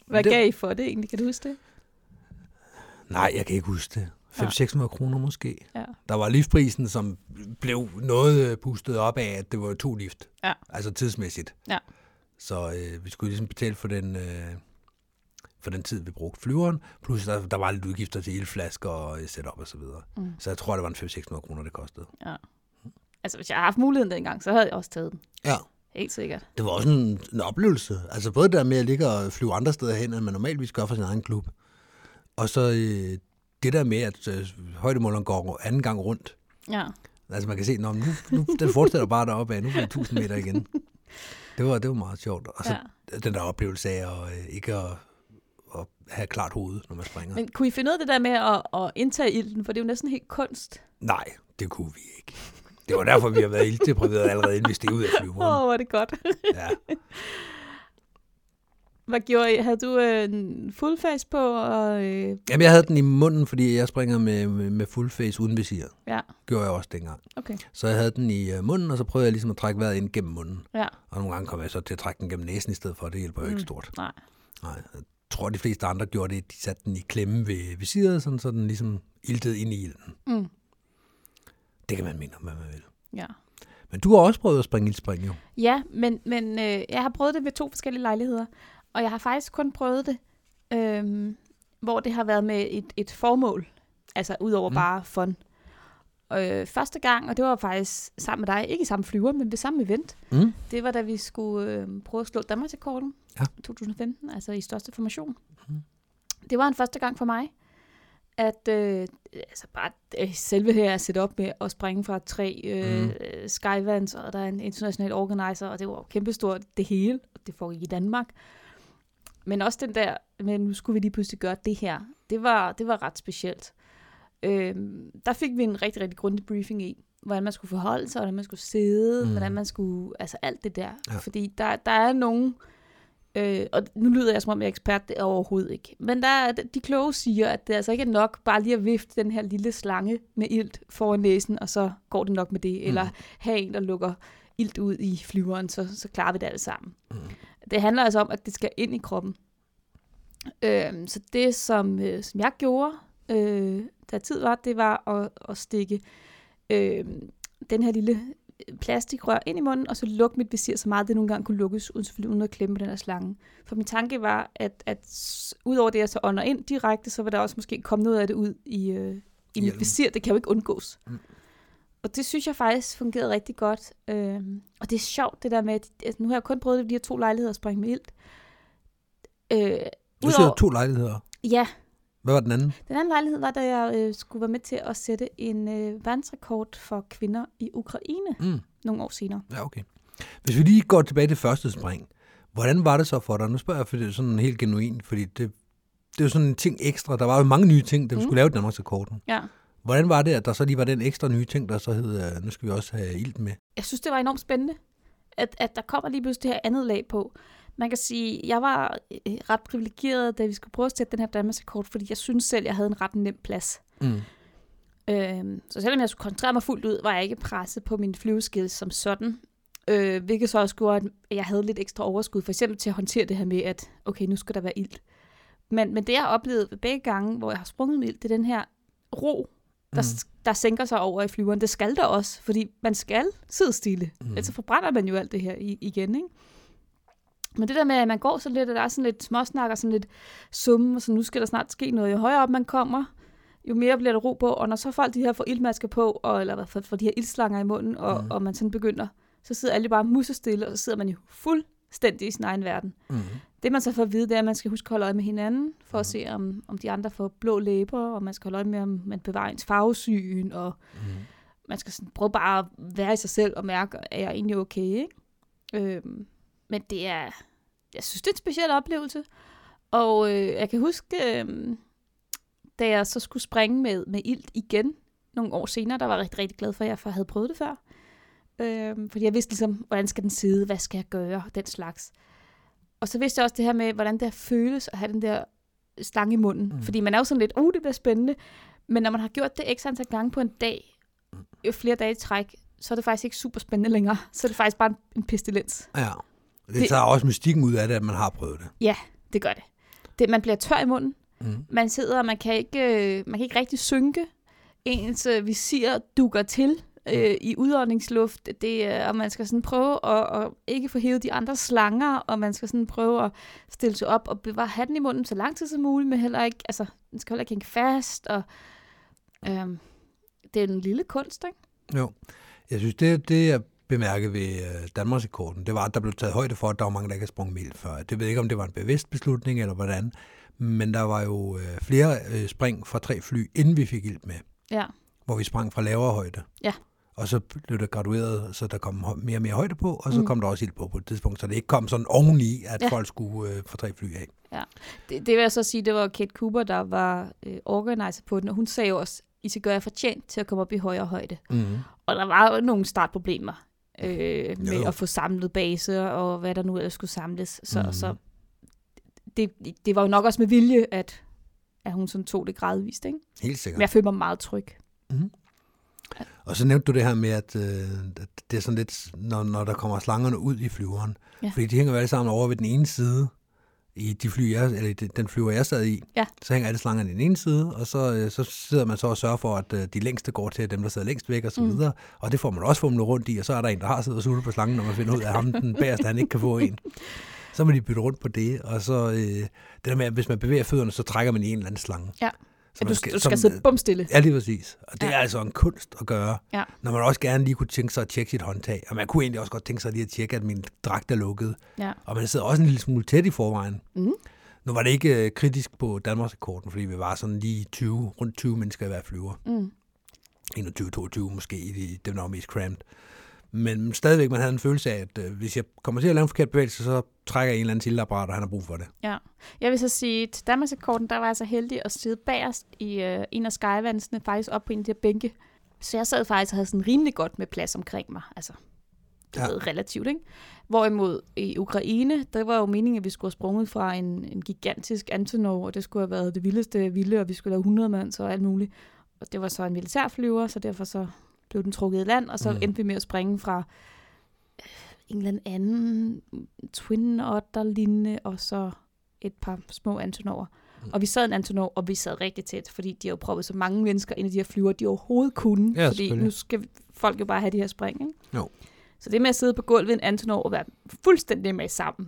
Hvad det... gav I for det egentlig? Kan du huske det? Nej, jeg kan ikke huske det. fem til seks hundrede kroner måske. Ja. Der var liftprisen, som blev noget pustet op af, at det var to lift. Ja. Altså tidsmæssigt. Ja. Så øh, vi skulle ligesom betale for den, øh, for den tid, vi brugte flyveren. Plus der, der var lidt udgifter til ildflasker og setup og så videre. Mm. Så jeg tror, det var en fem til seks hundrede kroner, det kostede. Ja. Altså, hvis jeg havde haft muligheden dengang, så havde jeg også taget den. Ja. Helt sikkert. Det var også en, en oplevelse. Altså både der med at ligge og flyve andre steder hen, end man normalvis gør for sin egen klub. Og så øh, det der med, at øh, højdemåleren går anden gang rundt. Ja. Altså man kan se, nu, nu den fortsætter bare deroppe af, nu er det tusind meter igen. Det var, det var meget sjovt. Og så ja. Den der oplevelse af at øh, ikke at, at have klart hoved, når man springer. Men kunne I finde ud af det der med at, at indtage ilden? For det er jo næsten helt kunst. Nej, det kunne vi ikke. Det var derfor, vi har været iltdepriveret allerede, inden vi steg ud af flyveren. Åh, oh, var det godt. Ja. Hvad gjorde I? Havde du en full face på? Og, øh... Jamen, jeg havde den i munden, fordi jeg springer med, med, med full face uden visir. Ja. Gjorde jeg også dengang. Okay. Så jeg havde den i uh, munden, og så prøvede jeg ligesom at trække vejret ind gennem munden. Ja. Og nogle gange kom jeg så til at trække den gennem næsen i stedet for, det hjælper jo mm. ikke stort. Nej. Nej. Jeg tror, de fleste andre gjorde det, de satte den i klemme ved visiret, sådan, så den ligesom iltede ind i ilden. Mm. Det kan man mene om, hvad man vil. Ja. Men du har også prøvet at springe ildspring, jo. Ja, men, men øh, jeg har prøvet det ved to forskellige lejligheder. Og jeg har faktisk kun prøvet det, øh, hvor det har været med et, et formål. Altså ud over mm. bare fun. Øh, første gang, og det var faktisk sammen med dig, ikke i samme flyver, men ved samme event. Mm. Det var da vi skulle øh, prøve at slå Danmarksrekorden ja. i to tusind og femten, altså i største formation. Mm. Det var en første gang for mig, at øh, altså bare øh, selve her set op med at springe fra tre øh, mm. Skyvans, og der er en international organizer, og det var kæmpestort det hele, og det foregik i Danmark. Men også den der, men nu skulle vi lige pludselig gøre det her, det var, det var ret specielt. Øhm, der fik vi en rigtig, rigtig grundig briefing i, hvordan man skulle forholde sig, hvordan man skulle sidde, mm. hvordan man skulle, altså alt det der. Ja. Fordi der, der er nogen, øh, og nu lyder jeg som om jeg er ekspert, det er overhovedet ikke. Men der er, de kloge siger, at det altså ikke er nok bare lige at vifte den her lille slange med ilt foran næsen, og så går det nok med det. Mm. Eller have en, der lukker ilt ud i flyveren, så, så klarer vi det alle sammen. Mm. Det handler altså om, at det skal ind i kroppen. Øh, så det, som, øh, som jeg gjorde, øh, da tid var, det var at, at stikke øh, den her lille plastikrør ind i munden, og så lukke mit visir så meget, det nogle gange kunne lukkes, uden selvfølgelig uden at klemme den her slange. For min tanke var, at, at udover det, jeg så ånder ind direkte, så vil der også måske komme noget af det ud i, øh, i mit visir. Det kan jo ikke undgås. Mm. Og det synes jeg faktisk fungerede rigtig godt. Øhm, og det er sjovt, det der med, at altså, nu har jeg kun prøvet det, de her to lejligheder at springe med ilt. Øh, du siger to lejligheder? Ja. Hvad var den anden? Den anden lejlighed var, da jeg øh, skulle være med til at sætte en øh, verdensrekord for kvinder i Ukraine mm. nogle år senere. Ja, okay. Hvis vi lige går tilbage til første spring, hvordan var det så for dig? Nu spørger jeg, for det er sådan helt genuint, fordi det, det er jo sådan en ting ekstra. Der var jo mange nye ting, da vi mm. skulle lave Danmarksrekorden. Ja. Hvordan var det, at der så lige var den ekstra nye ting, der så hed, nu skal vi også have ilt med? Jeg synes, det var enormt spændende, at, at der kommer lige pludselig det her andet lag på. Man kan sige, jeg var ret privilegeret, da vi skulle prøve at sætte den her Danmarksrekord, fordi jeg synes selv, jeg havde en ret nem plads. Mm. Øhm, så selvom jeg skulle koncentrere mig fuldt ud, var jeg ikke presset på mine flyveskills som sådan. Øh, hvilket så også gjorde, at jeg havde lidt ekstra overskud, for eksempel til at håndtere det her med, at okay, nu skal der være ilt. Men, men det, jeg har oplevet begge gange, hvor jeg har sprunget med ilt, det er den her ro, der, mm. der sænker sig over i flyveren. Det skal der også, fordi man skal sidde stille. Mm. Ellers så forbrænder man jo alt det her igen, ikke? Men det der med, at man går så lidt, og der er sådan lidt småsnak og sådan lidt summe, og så nu skal der snart ske noget. Jo højere op man kommer, jo mere bliver der ro på. Og når så folk de her får iltmasker på, og, eller får, får de her iltslanger i munden, og, mm. og man sådan begynder, så sidder alle bare musestille, og så sidder man jo fuldstændig i sin egen verden. Mm. Det man så får at vide, det er, at man skal huske at holde øje med hinanden, for mm. at se, om, om de andre får blå læber, og man skal holde øje med, om man bevarer ens farvesyn, og mm. man skal sådan prøve bare at være i sig selv og mærke, at jeg er egentlig okay, ikke? Øhm, men det er, jeg synes, det er en speciel oplevelse. Og øh, jeg kan huske, øh, da jeg så skulle springe med, med ilt igen nogle år senere, der var jeg rigtig, rigtig glad for, at jeg havde prøvet det før. Øh, fordi jeg vidste ligesom, hvordan skal den sidde, hvad skal jeg gøre, den slags. Og så vidste jeg også det her med, hvordan det føles at have den der slange i munden. Mm. Fordi man er jo sådan lidt, uh, det bliver spændende. Men når man har gjort det ekstra antal gange på en dag, jo flere dage i træk, så er det faktisk ikke super spændende længere. Så er det faktisk bare en, en pestilens. Ja, det, det tager også mystikken ud af det, at man har prøvet det. Ja, det gør det. Det, man bliver tør i munden. Mm. Man sidder, og man kan ikke, øh, man kan ikke rigtig synke. Ens øh, visir dukker til øh, i udåndingsluft. Det, øh, og man skal sådan prøve at, at ikke få hævet de andre slanger, og man skal sådan prøve at stille sig op og bevare hatten i munden så lang tid som muligt, men heller ikke, altså, den skal heller ikke hænge fast. Og, øh, det er en lille kunst, ikke? Jo. Jeg synes, det, det jeg bemærkede ved uh, Danmarksrekorden, det var, at der blev taget højde for, at der var mange, der ikke havde sprunget mil før. Det ved ikke, om det var en bevidst beslutning, eller hvordan, men der var jo uh, flere uh, spring fra tre fly, inden vi fik ild med. Ja. Hvor vi sprang fra lavere højde. Ja. Og så blev det gradueret, så der kom mere og mere højde på, og så mm. kom der også ild på på et tidspunkt, så det ikke kom sådan oveni, at ja. folk skulle uh, få tre fly af. Ja, det, det vil jeg så sige, det var Kate Cooper, der var øh, organizer på den, og hun sagde jo også, I skal gøre jer fortjent til at komme op i højere højde. Mm-hmm. Og der var jo nogle startproblemer øh, med jo. at få samlet baser, og hvad der nu ellers skulle samles. Så, mm-hmm. så det, det var jo nok også med vilje, at, at hun sådan tog det gradvist, ikke? Helt sikkert. Men jeg følte mig meget tryg. Mm-hmm. Ja. Og så nævnte du det her med, at, øh, at det er sådan lidt, når, når der kommer slangerne ud i flyveren. Ja. Fordi de hænger jo alle sammen over ved den ene side, i de fly, jeg, eller den flyver, jeg sad i. Ja. Så hænger alle slangerne i den ene side, og så, øh, så sidder man så og sørger for, at øh, de længste går til dem, der sidder længst væk, og så videre. Mm. Og det får man også fumlet rundt i, og så er der en, der har siddet og suttet på slangen, når man finder ud af, at ham den bagerste, han ikke kan få en. Så må de bytte rundt på det, og så øh, det der med, at hvis man bevæger fødderne, så trækker man i en eller anden slange. Ja. Så du, skal, du skal som, sidde bumstille. Ja, lige præcis. Og det ja. er altså en kunst at gøre, ja. når man også gerne lige kunne tænke sig at tjekke sit håndtag. Og man kunne egentlig også godt tænke sig lige at tjekke, at min dragt er lukket. Ja. Og man sidder også en lille smule tæt i forvejen. Mm. Nu var det ikke uh, kritisk på Danmarksrekorden, fordi vi var sådan lige tyve, rundt tyve mennesker i hver flyver. Mm. enogtyve toogtyve måske, i dem der var mest cramped. Men stadigvæk, man havde en følelse af, at uh, hvis jeg kommer til at lave en forkert bevægelse, så trækker jeg en eller anden tilapparat, og han har brug for det. Ja. Jeg vil så sige, til Danmarksrekorden, der var jeg så heldig at sidde bagerst i uh, en af skyvandsene, faktisk op på en af de her bænke. Så jeg sad faktisk og havde sådan rimelig godt med plads omkring mig. Altså, det ja. ved, relativt, ikke? Hvorimod i Ukraine, der var jo meningen, at vi skulle have sprunget fra en, en gigantisk Antonov, og det skulle have været det vildeste vilde, og vi skulle lave hundrede mand og alt muligt. Og det var så en militærflyver, så derfor så blev den trukket i land, og så mm. endte vi med at springe fra en eller anden Twin Otter-lignende, og så et par små Antonover. Mm. Og vi sad en Antonov, og vi sad rigtig tæt, fordi de har jo prøvet så mange mennesker ind i de her flyver, de overhovedet kunne, ja, fordi nu skal folk jo bare have de her spring, ikke? Jo. Så det med at sidde på gulvet i en Antonov og være fuldstændig med sammen,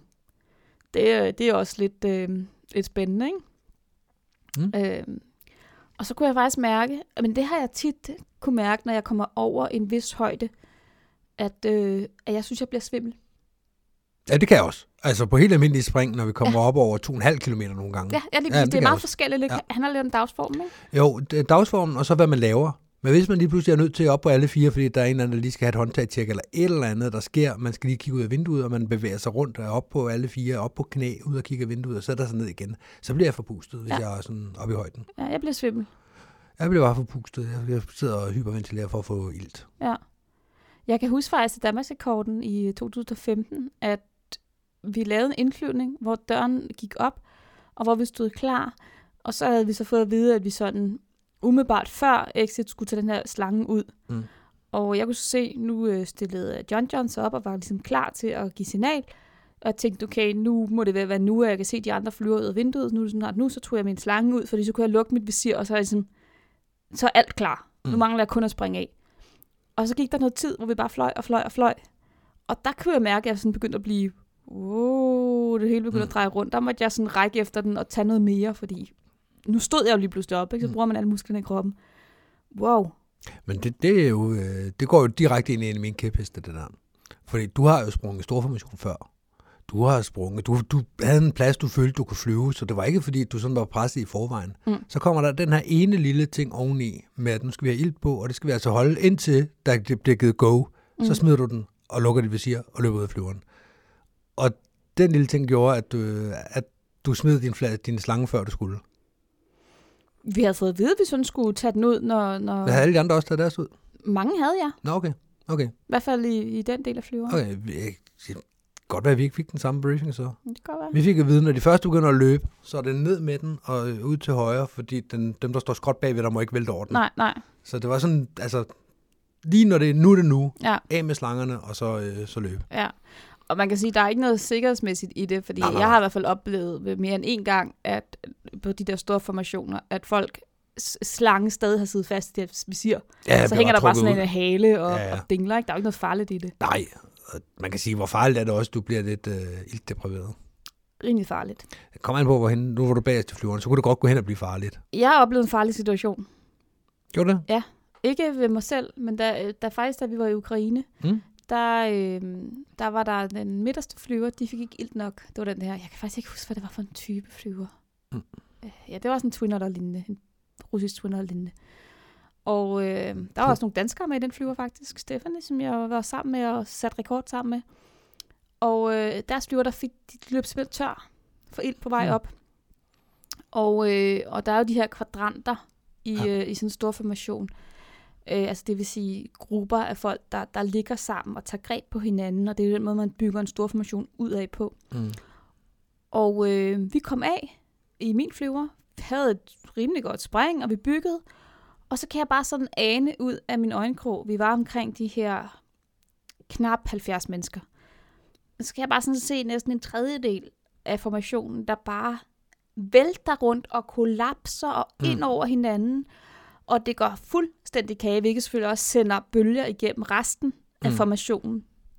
det, det er også lidt, øh, lidt spændende, ikke? Mm. Øh, og så kunne jeg faktisk mærke, men det har jeg tit kunne mærke, når jeg kommer over en vis højde, at, øh, at jeg synes, jeg bliver svimmel. Ja, det kan jeg også. Altså på helt almindelige spring, når vi kommer ja. op over to komma fem kilometer nogle gange. Ja, ja det, ja, det, det er meget forskelligt. Ja. Han har lidt en dagsform, ikke? Jo, dagsformen, og så hvad man laver. Men hvis man lige pludselig er nødt til at op på alle fire, fordi der er en eller anden, der lige skal have et håndtagtjek, eller et eller andet, der sker, man skal lige kigge ud af vinduet, og man bevæger sig rundt og op på alle fire, op på knæ, ud og kigge af vinduet, og sætter sig ned igen. Så bliver jeg forpustet, hvis ja. jeg er sådan oppe i højden. Ja, jeg bliver svimmel. Jeg bliver bare forpustet. Jeg sidder og hyperventilerer for at få ilt. Ja. Jeg kan huske faktisk i Danmarksrekorden i to tusind og femten, at vi lavede en indflyvning, hvor døren gik op, og hvor vi stod klar, og så havde vi så fået at vide, at vi sådan umiddelbart før exit skulle tage den her slange ud. Mm. Og jeg kunne se, nu stillede John John sig op og var ligesom klar til at give signal. Og jeg tænkte, okay, nu må det være nu, og jeg kan se de andre flyver ud af vinduet. Nu, sådan, nu så tog jeg min slange ud, fordi så kunne jeg lukke mit visir, og så er, ligesom, så er alt klar. Mm. Nu mangler jeg kun at springe af. Og så gik der noget tid, hvor vi bare fløj og fløj og fløj. Og der kunne jeg mærke, at jeg sådan begyndte at blive, wow, det hele begyndte mm. at dreje rundt. Der måtte jeg sådan række efter den og tage noget mere, fordi nu stod jeg jo lige pludselig op, ikke? Så bruger man alle musklerne i kroppen. Wow. Men det, det, er jo, det går jo direkte ind i en af mine kæpheste, det der. Fordi du har jo sprunget storformation før. Du har sprunget. Du, du havde en plads, du følte, du kunne flyve, så det var ikke fordi, du sådan var presset i forvejen. Mm. Så kommer der den her ene lille ting oveni, med at nu skal vi have ild på, og det skal vi altså holde indtil, der bliver givet go. Mm. Så smider du den, og lukker dit visir, og løber ud af flyveren. Og den lille ting gjorde, at du, at du smed din, din slange, før du skulle. Vi havde fået at vide, at vi sådan skulle tage den ud, når... når... Hvad havde alle de andre også taget deres ud? Mange havde jeg. Nå, okay. okay. I hvert fald i, i den del af flyveren. Okay, det godt være, at vi ikke fik den samme briefing så. Det kan godt være. Vi fik at vide, når de først begynder at løbe, så er det ned med den og ud til højre, fordi den, dem, der står skråt bagved, der må ikke vælte over den. Nej, nej. Så det var sådan, altså, lige når det nu er det nu, ja. af med slangerne, og så, øh, så løbe. Ja, Og man kan sige, at der er ikke noget sikkerhedsmæssigt i det, fordi nej, nej. jeg har i hvert fald oplevet mere end en gang, at på de der store formationer, at folk slange stadig har siddet fast i det visir. Ja, så hænger der bare sådan ud. En hale og, ja, ja. og dingler. Ikke? Der er jo ikke noget farligt i det. Nej, man kan sige, hvor farligt er det også, du bliver lidt øh, iltdepriveret. Rimelig farligt. Kom an på, hvorhen, nu hvor du bagerst til flyveren, så kunne det godt gå hen og blive farligt. Jeg har oplevet en farlig situation. Gjorde det? Ja. Ikke ved mig selv, men da, da faktisk, da vi var i Ukraine, mm. der, øh, der var der den midterste flyver, de fik ikke ilt nok. Det var den der, jeg kan faktisk ikke huske, hvad det var for en type flyver. Mm. Ja, det var sådan en Twin Otter lignende, en russisk Twin Otter lignende. Og øh, der var også nogle danskere med i den flyver faktisk, Stephanie, som jeg var sammen med og satte rekord sammen med. Og øh, deres flyver, der fik, de løb simpelthen tør for ild på vej op. Og, øh, og der er jo de her kvadranter i, ja. øh, i sådan en stor formation. Øh, altså det vil sige grupper af folk, der, der ligger sammen og tager greb på hinanden, og det er den måde, man bygger en stor formation ud af på. Mm. Og øh, vi kom af i min flyver, vi havde et rimelig godt spring, og vi byggede, og så kan jeg bare sådan ane ud af min øjenkrog, vi var omkring de her knap halvfjerds mennesker. Så kan jeg bare sådan se næsten en tredjedel af formationen, der bare vælter rundt og kollapser og mm. ind over hinanden. Og det går fuldstændig kage, hvilket selvfølgelig også sender bølger igennem resten af mm. formationen.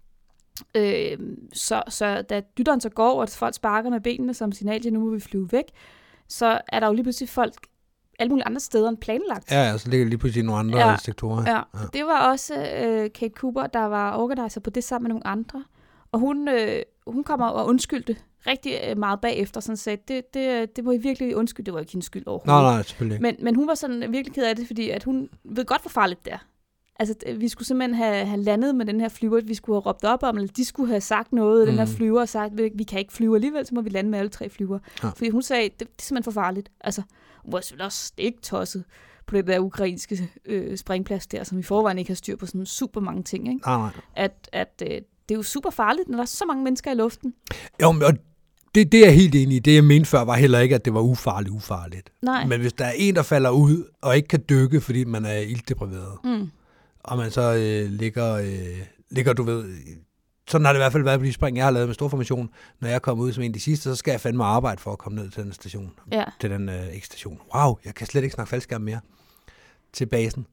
Øh, så, så da dytteren så går, og folk sparker med benene som signal til, nu må vi flyve væk, så er der jo lige pludselig folk alle mulige andre steder end planlagt. Ja, ja, så ligger lige pludselig nogle andre ja, sektorer. Ja. ja, det var også øh, Kate Cooper, der var organiser på det sammen med nogle andre. Og hun, øh, hun kommer og undskyldte rigtig meget bagefter, sådan set. Det, det, det må I virkelig undskylde. Det var ikke hendes skyld overhovedet. Nej, nej, selvfølgelig. Men, men hun var sådan virkelig ked af det, fordi at hun ved godt, hvor farligt det er. Altså, vi skulle simpelthen have, have landet med den her flyver, vi skulle have råbt op om, eller de skulle have sagt noget, mm. den her flyver, og sagt, vi kan ikke flyve alligevel, så må vi lande med alle tre flyver. Ja. Fordi hun sagde, det, det er simpelthen for farligt. Altså, hun var selvfølgelig også ikke tosset på det der ukrainske øh, springplads der, som i forvejen ikke har styr på sådan super mange ting, ikke? Nej, nej. At, at øh, det er jo super farligt, når der er så mange mennesker i luften. Jo, men det, det er jeg helt enig i. Det, jeg mente før, var heller ikke, at det var ufarligt, ufarligt. Nej. Men hvis der er en, der falder ud, og ikke kan dykke, fordi man er iltdepriveret, mm. og man så øh, ligger, øh, ligger, du ved, sådan har det i hvert fald været på de spring, jeg har lavet med storformation. Når jeg kommer ud som en af de sidste, så skal jeg fandme arbejde for at komme ned til den station. Ja. Til den øh, ikke-station. Wow, jeg kan slet ikke snakke faldskærm mere. Til basen.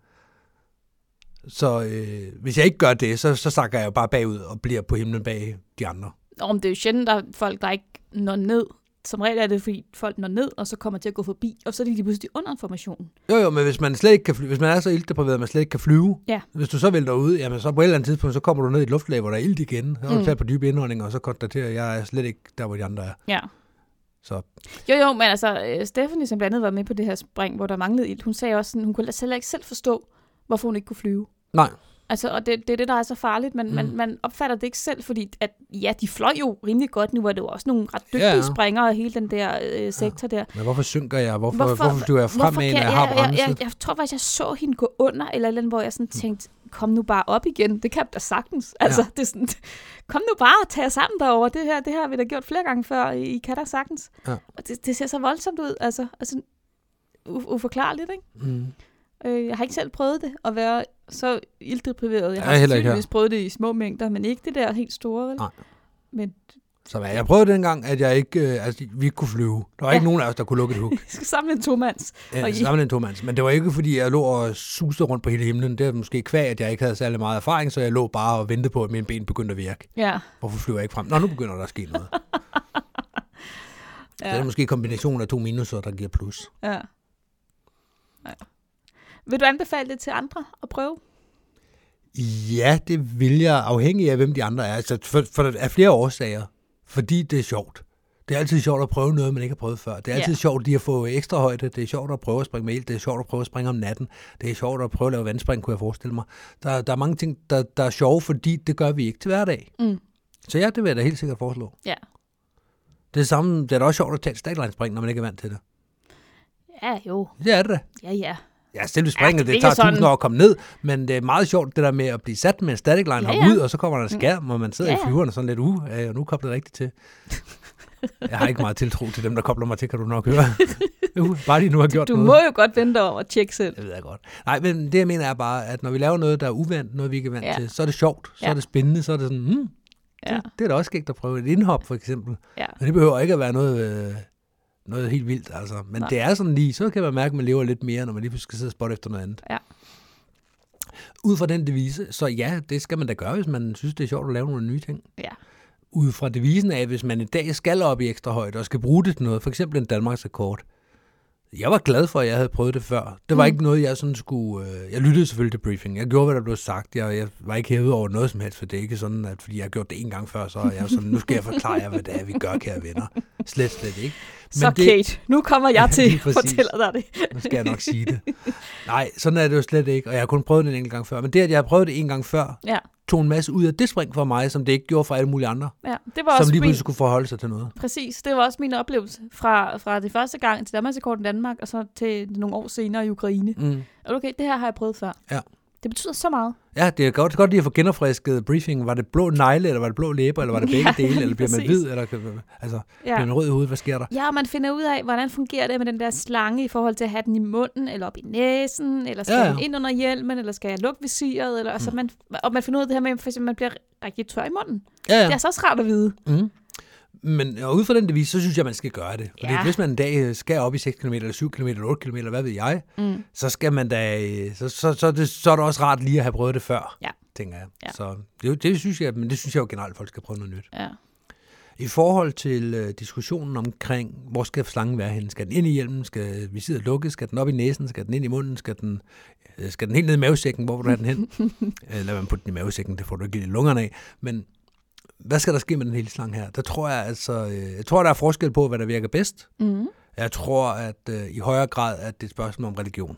Så øh, hvis jeg ikke gør det, så, så sakker jeg jo bare bagud og bliver på himlen bag de andre. Om det er jo sjældent, der er folk, der ikke når ned. Som regel er det, fordi folk når ned, og så kommer til at gå forbi, og så er de lige pludselig under informationen. Jo, jo, men hvis man slet ikke kan flyve, hvis man er så iltdepriveret, at man slet ikke kan flyve, ja. Hvis du så vælter ud, jamen så på et eller andet tidspunkt, så kommer du ned i et luftlag, hvor der er ilt igen, og mm. du tager på dybe indåndinger, og så konstaterer, at jeg er slet ikke der, hvor de andre er. Ja. Så. Jo, jo, men altså, Stephanie, som blandt andet var med på det her spring, hvor der manglede ilt, hun sagde også sådan, hun kunne selv ikke selv forstå, hvorfor hun ikke kunne flyve. Nej. Altså, og det, det er det, der er så farligt, men mm. man, man opfatter det ikke selv, fordi at, ja, de fløj jo rimelig godt. Nu var det jo også nogle ret dygtige ja, ja. springere af hele den der øh, sektor ja. der. Men hvorfor synker jeg? Hvorfor, hvorfor, hvorfor flyver jeg fremad, når jeg, jeg har bremset? Jeg, jeg, jeg, jeg tror faktisk, jeg så hende gå under, eller eller andet, hvor jeg sådan tænkte, kom nu bare op igen. Det kan da sagtens. Altså, ja. det er sådan, kom nu bare og tag jer sammen derovre. Det her, det her har vi da gjort flere gange før. I, I kan da sagtens. Ja. Og det, det ser så voldsomt ud. Altså, altså u- uforklarligt, ikke? Mm. Jeg har ikke selv prøvet det, at være så iltdepriveret. Jeg har selvfølgelig prøvet det i små mængder, men ikke det der helt store, vel? Nej. Men så hvad, jeg prøvede dengang, at jeg ikke, øh, altså, vi ikke kunne flyve. Der var ja. ikke nogen af os, der kunne lukke et hug. Vi skulle samle en tomands. Ja, samle en tomands. Men det var ikke, fordi jeg lå og susede rundt på hele himlen. Det er måske kvæg, at jeg ikke havde særlig meget erfaring, så jeg lå bare og ventede på, at mine ben begyndte at virke. Ja. Hvorfor flyver jeg ikke frem? Nå, nu begynder der at ske noget. ja. Så det er måske en kombination af to minuser, der giver plus. Ja. Ja. Vil du anbefale det til andre at prøve? Ja, det vil jeg, afhængig af, hvem de andre er. Altså, for, for der er flere årsager, fordi det er sjovt. Det er altid sjovt at prøve noget, man ikke har prøvet før. Det er altid yeah. sjovt lige at få ekstra højde. Det er sjovt at prøve at springe med ild. Det er sjovt at prøve at springe om natten. Det er sjovt at prøve at lave vandspring, kunne jeg forestille mig. Der, der er mange ting, der, der er sjove, fordi det gør vi ikke til hverdag. Mm. Så ja, det vil jeg da helt sikkert foreslå. Ja. Det er samme, det er da også sjovt at tage et statline-spring, når man ikke er vant til det. Ja, jo. Det er det da. Ja, ja. Ja, selve springet, ja, det, det tager tusind år at komme ned, men det er meget sjovt, det der med at blive sat med en static line ja, ja. ud, og så kommer der en skærm, og man sidder ja, ja. i flyveren og sådan lidt, uh, ja, og nu kobler det rigtigt til. Jeg har ikke meget tiltro til dem, der kobler mig til, kan du nok høre. uh, bare de nu har gjort du, du noget. Du må jo godt vente over at tjekke selv. Det ved jeg godt. Nej, men det jeg mener er bare, at når vi laver noget, der er uvandt, noget vi ikke er vant ja. til, så er det sjovt, så ja. er det spændende, så er det sådan, hmm, Ja. Det, det er da også skægt at prøve. Et indhop, for eksempel. Ja. Men det behøver ikke at være noget, øh, noget helt vildt, altså. Men Nej. det er sådan lige, så kan man mærke, at man lever lidt mere, når man lige pludselig skal sidde og spotte efter noget andet. Ja. Ud fra den devise, så ja, det skal man da gøre, hvis man synes, det er sjovt at lave nogle nye ting. Ja. Ud fra devisen af, hvis man i dag skal op i ekstra højde og skal bruge det til noget, for eksempel en Danmarks rekord. Jeg var glad for, at jeg havde prøvet det før. Det var mm. ikke noget, jeg sådan skulle... Øh, jeg lyttede selvfølgelig til briefing. Jeg gjorde, hvad der blev sagt. Jeg, jeg var ikke hævet over noget som helst, for det er ikke sådan, at fordi jeg har gjort det en gang før, så er jeg sådan, nu skal jeg forklare jer, hvad det er, vi gør, kære venner. Slet, slet ikke. Men så det, Kate, nu kommer jeg til at fortælle dig det. Nu skal jeg nok sige det. Nej, sådan er det jo slet ikke, og jeg har kun prøvet det en enkelt gang før. Men det, at jeg har prøvet det en gang før, ja. tog en masse ud af det spring for mig, som det ikke gjorde for alle mulige andre. Ja, det var som også lige pludselig min... skulle forholde sig til noget. Præcis, det var også min oplevelse fra, fra det første gang til Danmarks rekord i Danmark, og så til nogle år senere i Ukraine. Mm. Okay, det her har jeg prøvet før. Ja. Det betyder så meget. Ja, det er godt, godt lige at få genopfrisket briefing. Var det blå negle, eller var det blå læber, eller var det begge ja, dele, eller bliver man præcis. hvid, eller altså, ja. bliver man rød i hovedet? Hvad sker der? Ja, og man finder ud af, hvordan fungerer det med den der slange i forhold til at have den i munden, eller op i næsen, eller skal ja, ja. den ind under hjelmen, eller skal jeg lukke visiret, eller, mm. altså man, og man finder ud af det her med, at man bliver rigtig tør i munden. Ja, ja. Det er så også rart at vide. Mm. Men og ud fra den devis, så synes jeg, man skal gøre det. Fordi Ja. hvis man en dag skal op i seks kilometer, eller syv kilometer, eller otte kilometer, hvad ved jeg, Mm. så skal man da, så, så, så, det, så er det også rart lige at have prøvet det før, Ja. tænker jeg. Ja. Så det, det synes jeg, men det synes jeg jo generelt, at folk skal prøve noget nyt. Ja. I forhold til uh, diskussionen omkring, hvor skal slangen være henne? Skal den ind i hjelmen? Skal visiret lukke? Skal den op i næsen? Skal den ind i munden? Skal den, uh, skal den helt ned i mavesækken? Hvor vil du have den hen? uh, lad mig putte den i mavesækken, det får du ikke lige lungerne af. Men hvad skal der ske med den hele slange her? Der tror jeg altså, uh, jeg tror, der er forskel på, hvad der virker bedst. Mm. Jeg tror, at uh, i højere grad, at det er et spørgsmål om religion.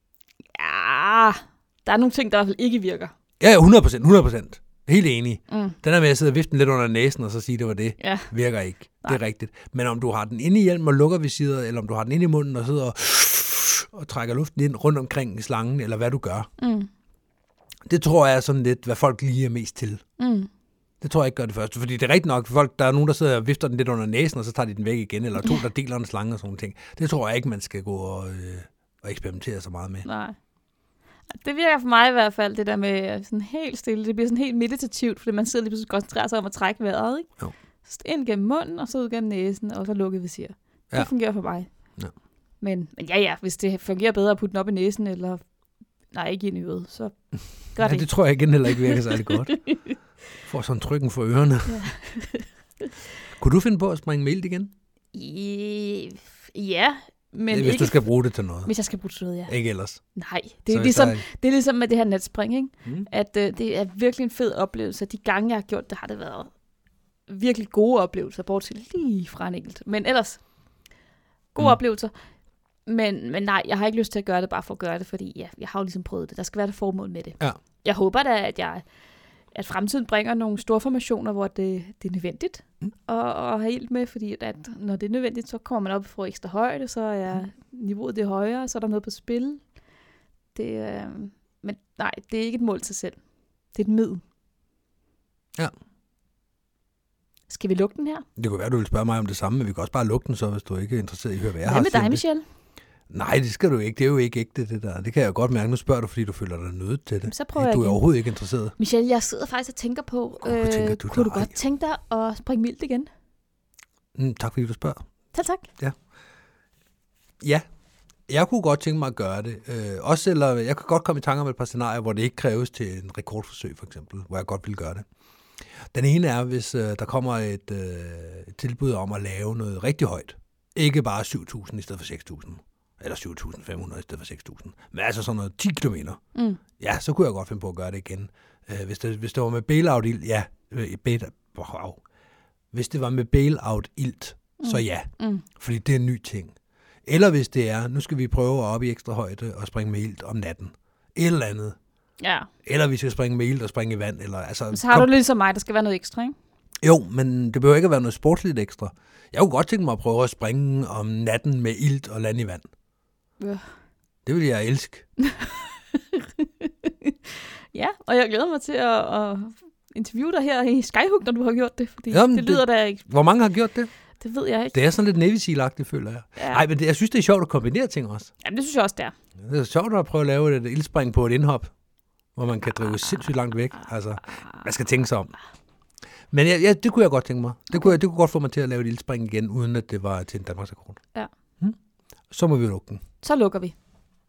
Ja, der er nogle ting, der i hvert fald ikke virker. Ja, ja, hundrede procent, hundrede procent. Helt enig. Mm. Den der med at sidde og vifte den lidt under næsen, og så sige, det var det, Ja. virker ikke. Nej. Det er rigtigt. Men om du har den inde i hjelmen og lukker visiret, eller om du har den inde i munden og sidder og, og trækker luften ind rundt omkring slangen, eller hvad du gør, Mm. det tror jeg er sådan lidt, hvad folk lige er mest til. Mm. Det tror jeg ikke gør det første, fordi det er rigtigt nok, folk, der er nogen, der sidder og vifter den lidt under næsen, og så tager de den væk igen, eller to, der deler en slange og sådan ting. Det tror jeg ikke, man skal gå og, øh, og eksperimentere så meget med. Nej. Det virker for mig i hvert fald, det der med sådan helt stille. Det bliver sådan helt meditativt, fordi man sidder lige pludselig og koncentrerer sig om at trække vejret, ikke? Jo. Så ind gennem munden, og så ud gennem næsen, og så lukket visir. Det Ja. fungerer for mig. Ja. Men, men ja, ja, hvis det fungerer bedre at putte den op i næsen, eller nej, ikke ind i øret, så gør Ja, det. det tror jeg igen heller ikke virker særlig godt. Får sådan trykken for ørerne. Ja. Kunne du finde på at springe med ilt igen? I, ja, men Hvis ikke, du skal bruge det til noget. hvis jeg skal bruge det til noget, ja. Ikke ellers. Nej, det Så er, hvis ligesom, der er- det er ligesom med det her netspring, ikke? Mm. At øh, det er virkelig en fed oplevelse. De gange, jeg har gjort det, har det været virkelig gode oplevelser, bortset lige fra en enkelt. Men ellers, gode Mm. mm. oplevelser. Men, men nej, jeg har ikke lyst til at gøre det bare for at gøre det, fordi ja, jeg har jo ligesom prøvet det. Der skal være et formål med det. Ja. Jeg håber da, at jeg at fremtiden bringer nogle store formationer, hvor det, det er nødvendigt Mm. at, at have ilt med, fordi at når det er nødvendigt, så kommer man op og får ekstra højde, så er Mm. niveauet det højere, så er der noget på spil. Det, øh, men nej, det er ikke et mål til sig selv. Det er et middel. Ja. Skal vi lukke den her? Det kunne være, du ville spørge mig om det samme, men vi kan også bare lukke den så, hvis du ikke er interesseret i at høre, hvad jeg Hvad har med at sige dig, om det. Michelle? Nej, det skal du ikke. Det er jo ikke ægte, det der. Det kan jeg jo godt mærke. Nu spørger du, fordi du føler dig nødt til det. Så prøver jeg Du er igen. overhovedet ikke interesseret. Michelle, jeg sidder faktisk og tænker på, Åh, hvad tænker du kunne du der? godt tænke dig at springe mildt igen? Mm, tak fordi du spørger. Tak, tak. Ja, jeg kunne godt tænke mig at gøre det. Øh, også selvom jeg kan godt komme i tanke om et par scenarier, hvor det ikke kræves til en rekordforsøg, for eksempel, hvor jeg godt vil gøre det. Den ene er, hvis øh, der kommer et, øh, et tilbud om at lave noget rigtig højt. Ikke bare syv tusind i stedet for seks tusind. Eller syv tusind fem hundrede i stedet for seks tusind. Men altså sådan noget ti kilometer. Mm. Ja, så kunne jeg godt finde på at gøre det igen. Øh, hvis, det, hvis det var med bailout-ilt, ja. Øh, beta, wow. Hvis det var med bailout-ilt, mm. så ja. Mm. Fordi det er en ny ting. Eller hvis det er, nu skal vi prøve at op i ekstra højde og springe med ilt om natten. Et eller andet. Ja. Eller vi skal springe med ilt og springe i vand. Eller, altså, Men så har kom, du ligesom mig, der skal være noget ekstra, ikke? Jo, men det behøver ikke at være noget sportsligt ekstra. Jeg kunne godt tænke mig at prøve at springe om natten med ilt og lande i vand. Ja. Det vil jeg elske. Ja, og jeg glæder mig til at, at interviewe dig her i Skyhook, når du har gjort det, fordi Jamen, det lyder det- da ikke. Hvor mange har gjort det? Det ved jeg ikke. Det er sådan lidt Navy Seal-agtigt, føler jeg. Ja. Nej, men det, jeg synes, det er sjovt at kombinere ting også. Jamen, det synes jeg også, det er. Det er sjovt at prøve at lave et ildspring på et indhop, hvor man kan drive sindssygt langt væk. Altså, man skal tænke sig om. Men ja, ja, det kunne jeg godt tænke mig. Det, okay. kunne jeg, det kunne godt få mig til at lave et lille spring igen, uden at det var til en Danmarksrekord. Ja. Hmm? Så må vi lukke den. Så lukker vi.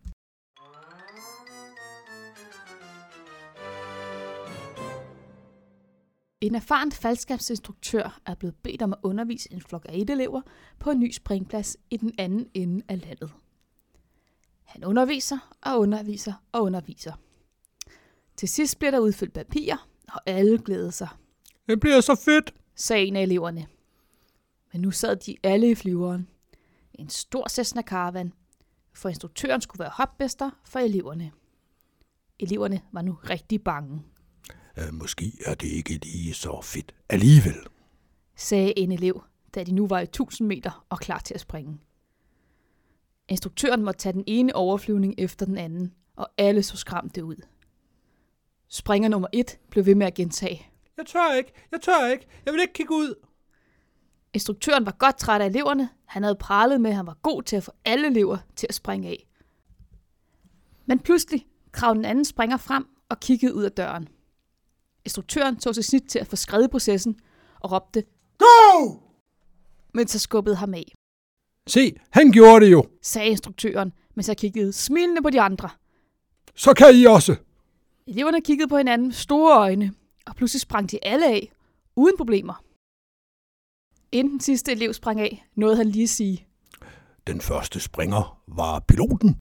En erfaren faldskærmsinstruktør er blevet bedt om at undervise en flok af et-elever på en ny springplads i den anden ende af landet. Han underviser og underviser og underviser. Til sidst bliver der udfyldt papirer, og alle glæder sig. Det bliver så fedt, sagde en af eleverne. Men nu sad de alle i flyveren. En stor Cessna Caravan, for instruktøren skulle være hopmester for eleverne. Eleverne var nu rigtig bange. Øh, måske er det ikke lige så fedt alligevel, sagde en elev, da de nu var i tusind meter og klar til at springe. Instruktøren måtte tage den ene overflyvning efter den anden, og alle så skræmte ud. Springer nummer et blev ved med at gentage. Jeg tør ikke, jeg tør ikke, jeg vil ikke kigge ud. Instruktøren var godt træt af eleverne. Han havde pralet med, at han var god til at få alle elever til at springe af. Men pludselig kravede den anden springer frem og kiggede ud af døren. Instruktøren tog sig snit til at få skrevet processen og råbte, Go! mens så skubbede ham af. Se, han gjorde det jo, sagde instruktøren, mens jeg kiggede smilende på de andre. Så kan I også. Eleverne kiggede på hinanden med store øjne, og pludselig sprang de alle af, uden problemer. Inden den sidste elev sprang af, nåede han lige at sige. Den første springer var piloten.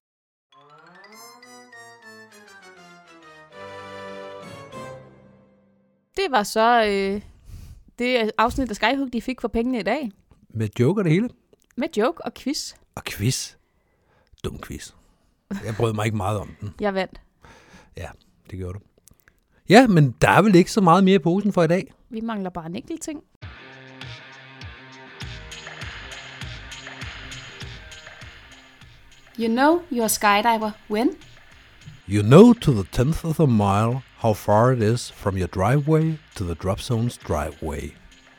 Det var så øh, det afsnit af Skyhook, de fik for pengene i dag. Med joke og det hele. Med joke og quiz. Og quiz. Dum quiz. Jeg brød mig ikke meget om den. Jeg vandt. Ja, det gjorde du. Ja, men der er vel ikke så meget mere i posen for i dag. Vi mangler bare en enkelt ting. You know you're a skydiver when? You know to the tenth of a mile how far it is from your driveway to the drop zone's driveway.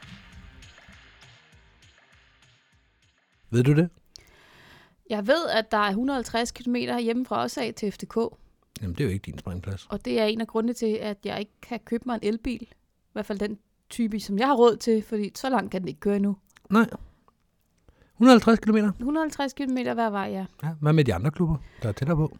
Ved du det? Jeg ved, at der er et hundrede og halvtreds kilometer hjemme fra os af til F D K. Jamen, det er jo ikke din springplads. Og det er en af grundene til, at jeg ikke kan købe mig en elbil. I hvert fald den type, som jeg har råd til, fordi så langt kan den ikke køre endnu. Nej. et hundrede og halvtreds kilometer? et hundrede og halvtreds kilometer hver vej, ja. Ja, hvad med de andre klubber, der er tættere på?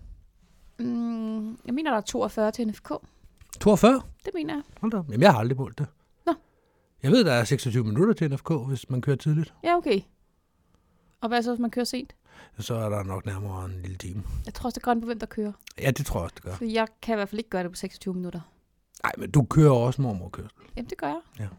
Mm, jeg mener, der er toogfyrre til N F K. toogfyrre? Det mener jeg. Hold da. Jamen, jeg har aldrig målt det. Nå. Jeg ved, der er seksogtyve minutter til N F K, hvis man kører tidligt. Ja, okay. Og hvad så, hvis man kører sent? Så er der nok nærmere en lille time. Jeg tror også, det går an på, hvem der kører. Ja, det tror jeg også, det gør. For jeg kan i hvert fald ikke gøre det på seksogtyve minutter. Nej, men du kører også mormorkørsel. Jamen, det gør jeg. Ja.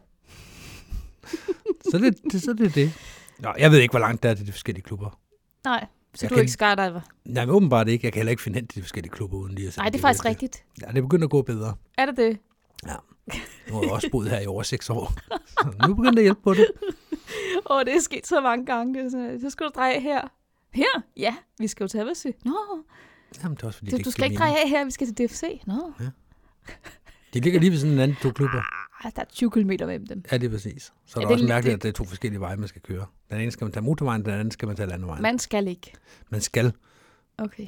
så, det, det, så det er det. Nå, jeg ved ikke, hvor langt der er til de forskellige klubber. Nej, så jeg du er kan... ikke skydiver? Nej, men åbenbart ikke. Jeg kan heller ikke finde hen til de forskellige klubber uden lige at se. Nej, det er faktisk rigtigt. Ja, det begynder at gå bedre. Er det det? Ja. Nu har jeg også boet her i over seks år. Så nu begynder det at hjælpe på det. Åh, oh, det er sket så mange gange. Det er sådan, så skal du dreje her. Her? Ja, vi skal jo til F C. Nå. Jamen, det er også fordi, du, det du skal ikke dreje af her, vi skal til D F C. Nå. Ja. De ligger lige ved sådan en anden to klubber. Ah, der er tyve kilometer mellem dem. Ja, det er præcis. Så er ja, det også også mærkeligt, det... at det er to forskellige veje, man skal køre. Den ene skal man tage motorvejen, den anden skal man tage landevejen. Man skal ikke. Man skal. Okay.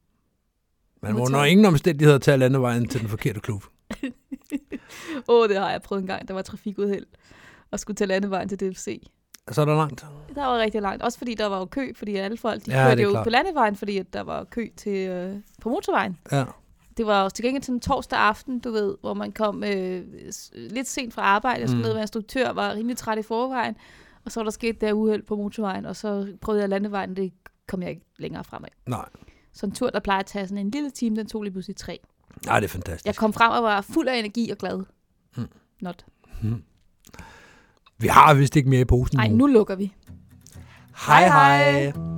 Man må under ingen omstændigheder tage landevejen til den forkerte klub. Åh, oh, det har jeg prøvet en gang. Der var trafikuheld og skulle tage landevejen til D F C. Så er der langt? Der var rigtig langt. Også fordi der var jo kø, fordi alle folk de ja, kørte jo klart. på landevejen, fordi at der var kø til, øh, på motorvejen. Ja. Det var også til gengæld sådan en torsdag aften, du ved, hvor man kom øh, lidt sent fra arbejde. Jeg skulle mm. ned med instruktør, var rimelig træt i forvejen. Og så var der sket der uheld på motorvejen, og så prøvede jeg landevejen, det kom jeg ikke længere fremad. Nej. Så en tur, der plejer at tage sådan en lille time, den tog lige pludselig tre. Nej, det er fantastisk. Jeg kom frem og var fuld af energi og glad. Mm. Not. Mm. Vi har vist ikke mere i posen. Nej, nu lukker vi. Hej hej. hej.